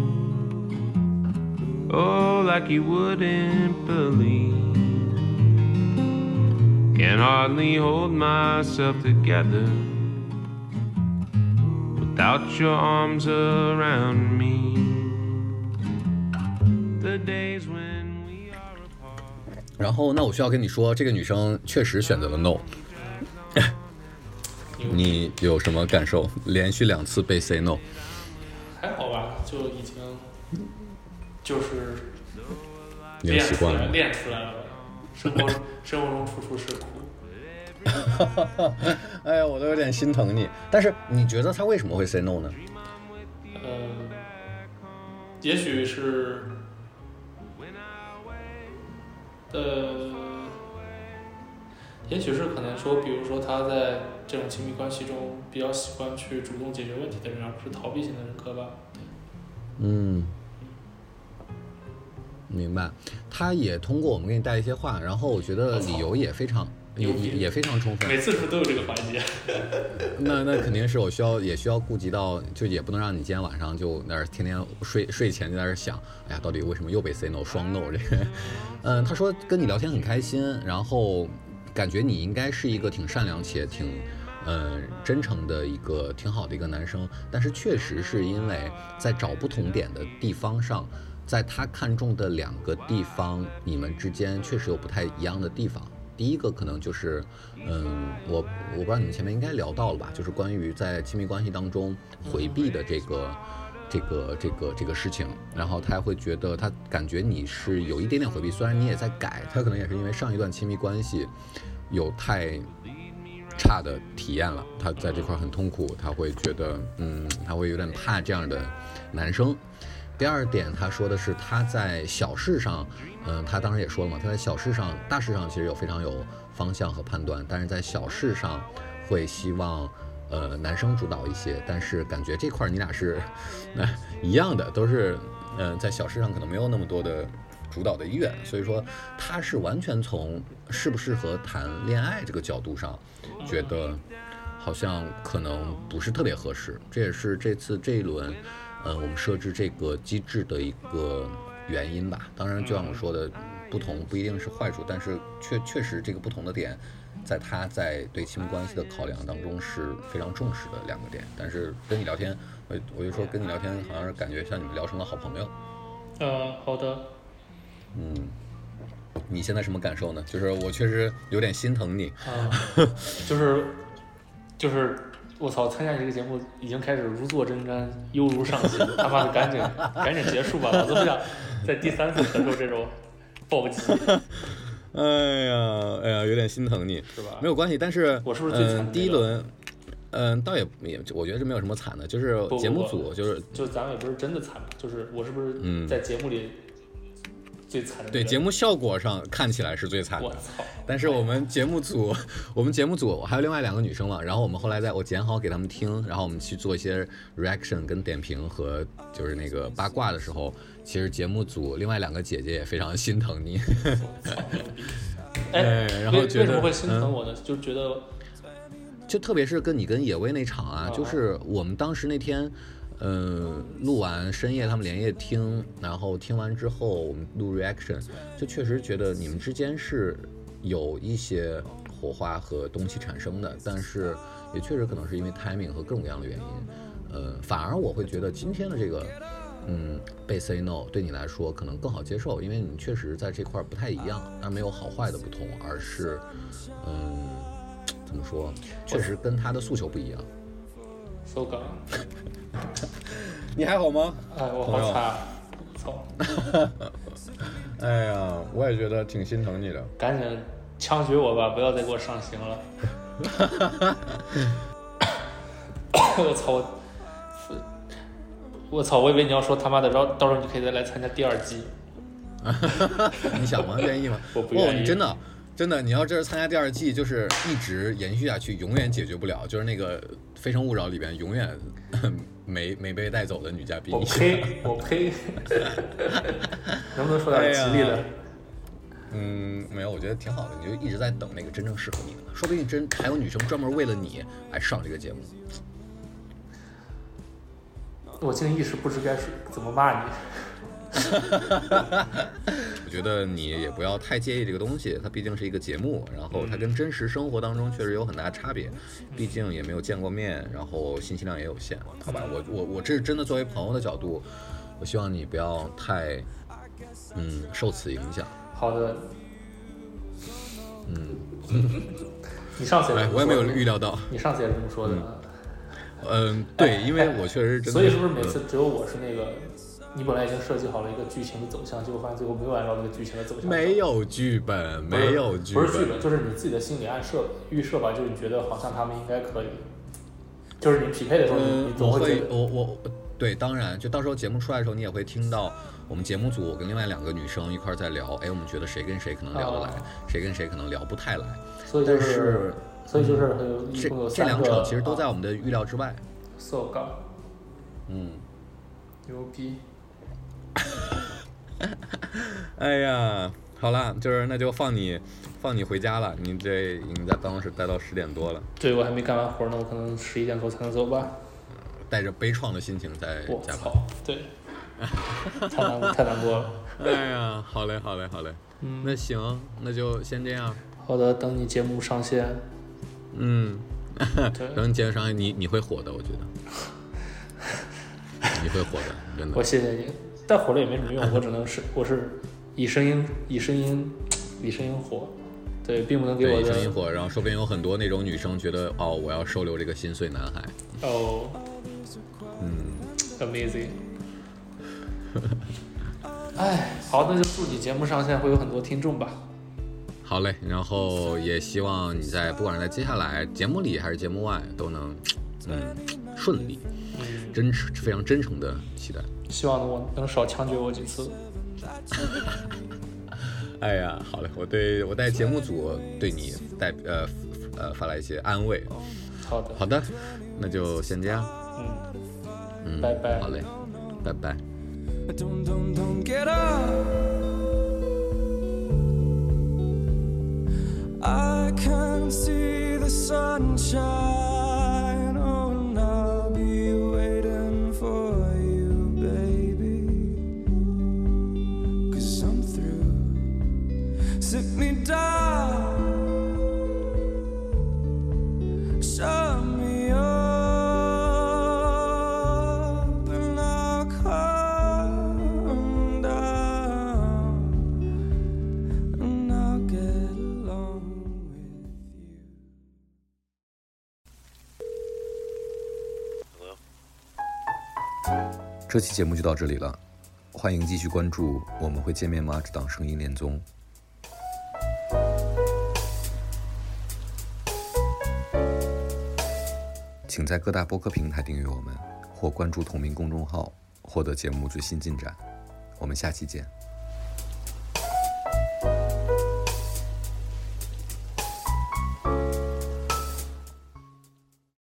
Oh, like you wouldn't believe. Can hardly hold myself together without your arms around me. The days when we are apart. 然后，那我需要跟你说，这个女生确实选择了 no 。你有什么感受？连续两次被 say no。 还好吧，就已经就是你有习惯了吗？ 练出来了，生活生活中处处是苦。 哎呀，我都有点心疼你。但是你觉得他为什么会 say no 呢？ 呃，也许是，呃，也许是可能说，比如说他在这种亲密关系中比较喜欢去主动解决问题的人，而不是逃避型的人格吧。 嗯。明白，他也通过我们给你带一些话，然后我觉得理由也非常也也也非常充分。 每次是不是都有这个环节？ 那那肯定是我需要也需要顾及到，就也不能让你今天晚上就那儿天天睡睡前就在那儿想，哎呀，到底为什么又被 say no 双 no 这个？嗯，他说跟你聊天很开心，然后感觉你应该是一个挺善良且挺呃真诚的一个挺好的一个男生，但是确实是因为在找不同点的地方上。在他看中的两个地方，你们之间确实有不太一样的地方。第一个可能就是，嗯，我我不知道你们前面应该聊到了吧，就是关于在亲密关系当中回避的这个这个这个这个事情。然后他会觉得，他感觉你是有一点点回避，虽然你也在改，他可能也是因为上一段亲密关系有太差的体验了，他在这块很痛苦，他会觉得，嗯，他会有点怕这样的男生。第二点，他说的是他在小事上，嗯、呃，他当时也说了嘛，他在小事上、大事上其实有非常有方向和判断，但是在小事上会希望，呃，男生主导一些。但是感觉这块你俩是，呃、一样的，都是，嗯、呃，在小事上可能没有那么多的主导的意愿，所以说他是完全从适不适合谈恋爱这个角度上，觉得好像可能不是特别合适。这也是这次这一轮。呃，我们设置这个机制的一个原因吧。当然，就像我说的，不同不一定是坏处，但是确确实这个不同的点，在他在对亲密关系的考量当中是非常重视的两个点。但是跟你聊天，我我就说跟你聊天，好像是感觉像你们聊成了好朋友。 呃，好的。 嗯，你现在什么感受呢？就是我确实有点心疼你。 啊、就是就是。我操！参加这个节目已经开始如坐针毡，犹如上刑。他妈的，赶紧赶紧结束吧！老子不想在第三次承受这种暴击。 哎呀，哎呀，有点心疼你， 是吧？ 没有关系，但是我是不是最惨的、那个呃？第一轮，嗯、呃，倒也也，我觉得是没有什么惨的，就是节目组就是就咱们也不是真的惨嘛，就是我是不是在节目里、嗯。最惨的对节目效果上看起来是最惨的，但是我们节目组，我们节目组还有另外两个女生嘛，然后我们后来在我剪好给他们听，然后我们去做一些 reaction 跟点评和就是那个八卦的时候，其实节目组另外两个姐姐也非常心疼你。 哎， 然后觉得为什么会心疼我呢？嗯、就觉得， 就特别是跟你跟野薇那场啊， 哦、 就是我们当时那天。呃，录完深夜他们连夜听，然后听完之后我们录 reaction， 就确实觉得你们之间是有一些火花和东西产生的，但是也确实可能是因为 timing 和各种各样的原因，呃，反而我会觉得今天的这个，嗯，被 say no 对你来说可能更好接受，因为你确实在这块不太一样，但没有好坏的不同，而是，嗯，怎么说，确实跟他的诉求不一样。 搜稿， 你还好吗？ 哎，我好惨，操！ 哎呀，我也觉得挺心疼你的。 赶紧枪决我吧，不要再给我上刑了。我操！我我操！我以为你要说他妈的，到到时候你可以再来参加第二季。 你想吗？愿意吗？ 我不愿意。 哦，你真的。真的，你要这是参加第二季，就是一直延续下去，永远解决不了。就是那个《非诚勿扰》里边永远没没被带走的女嘉宾。 我呸！我呸！能不能说点吉利的、哎？ 嗯，没有，我觉得挺好的。你就一直在等那个真正适合你的，说不定真还有女生专门为了你来上这个节目。 我竟一时不知该怎么骂你。 我觉得你也不要太介意这个东西，它毕竟是一个节目，然后它跟真实生活当中确实有很大差别，毕竟也没有见过面，然后信息量也有限，好吧？我我我这是真的作为朋友的角度，我希望你不要太嗯受此影响。 好的。 嗯。 你上次也、 哎、我也没有预料到。 你上次也是这么说的。 嗯，嗯对，因为我确实真的。 所以是不是每次只有我是那个？ 你本来已经设计好了一个剧情的走向，结果发现最后没有按照那个剧情的走向。 没有剧本，没有剧本，不是剧本，就是你自己的心理暗设预设吧，就是你觉得好像他们应该可以，就是你匹配的时候，你嗯、 你总会觉得， 我我对，当然，就到时候节目出来的时候，你也会听到我们节目组我跟另外两个女生一块在聊，哎，我们觉得谁跟谁可能聊得来，哦、谁跟谁可能聊不太来。 所以就是，是所以就是有一共有这这两场其实都在我们的预料之外。 So god， 嗯， 牛逼。 哎呀，好了，就是那就放你放你回家了，你这已经在办公室待到十点多了。 对，我还没干完活呢，我可能十一点多才能走吧。 带着悲怆的心情在加班。 对，太难太难过了。 哎呀，好嘞好嘞好嘞，嗯，那行，那就先这样。 好的，等你节目上线。 嗯，等你节目上线，你你会火的，我觉得。你会火的，真的。 我谢谢你，但火了也没什么用，我只能是我是以声音以声音以声音火，对，并不能给我的以声音火，然后说不定有很多那种女生觉得哦，我要收留这个心碎男孩。 哦， 嗯 ，amazing。哎，好，那就祝你节目上线会有很多听众吧。 好嘞，然后也希望你在不管是在接下来节目里还是节目外都能嗯顺利。真非常真诚的期待， 希望我能少枪决我几次。 哎呀，好嘞，我对我带节目组对你带呃呃发来一些安慰。 好的， 好的，那就先这样。 嗯嗯， 拜拜。 好嘞，拜拜。 Don't, don't, don't get up. I can see the sunshine.Sit me down, shut me up, and I'll come down, and I'll get along with you. 这期节目就到这里了，欢迎继续关注我们会见面吗这档声音恋综。请在各大播客平台订阅我们，或关注同名公众号，获得节目最新进展。我们下期见。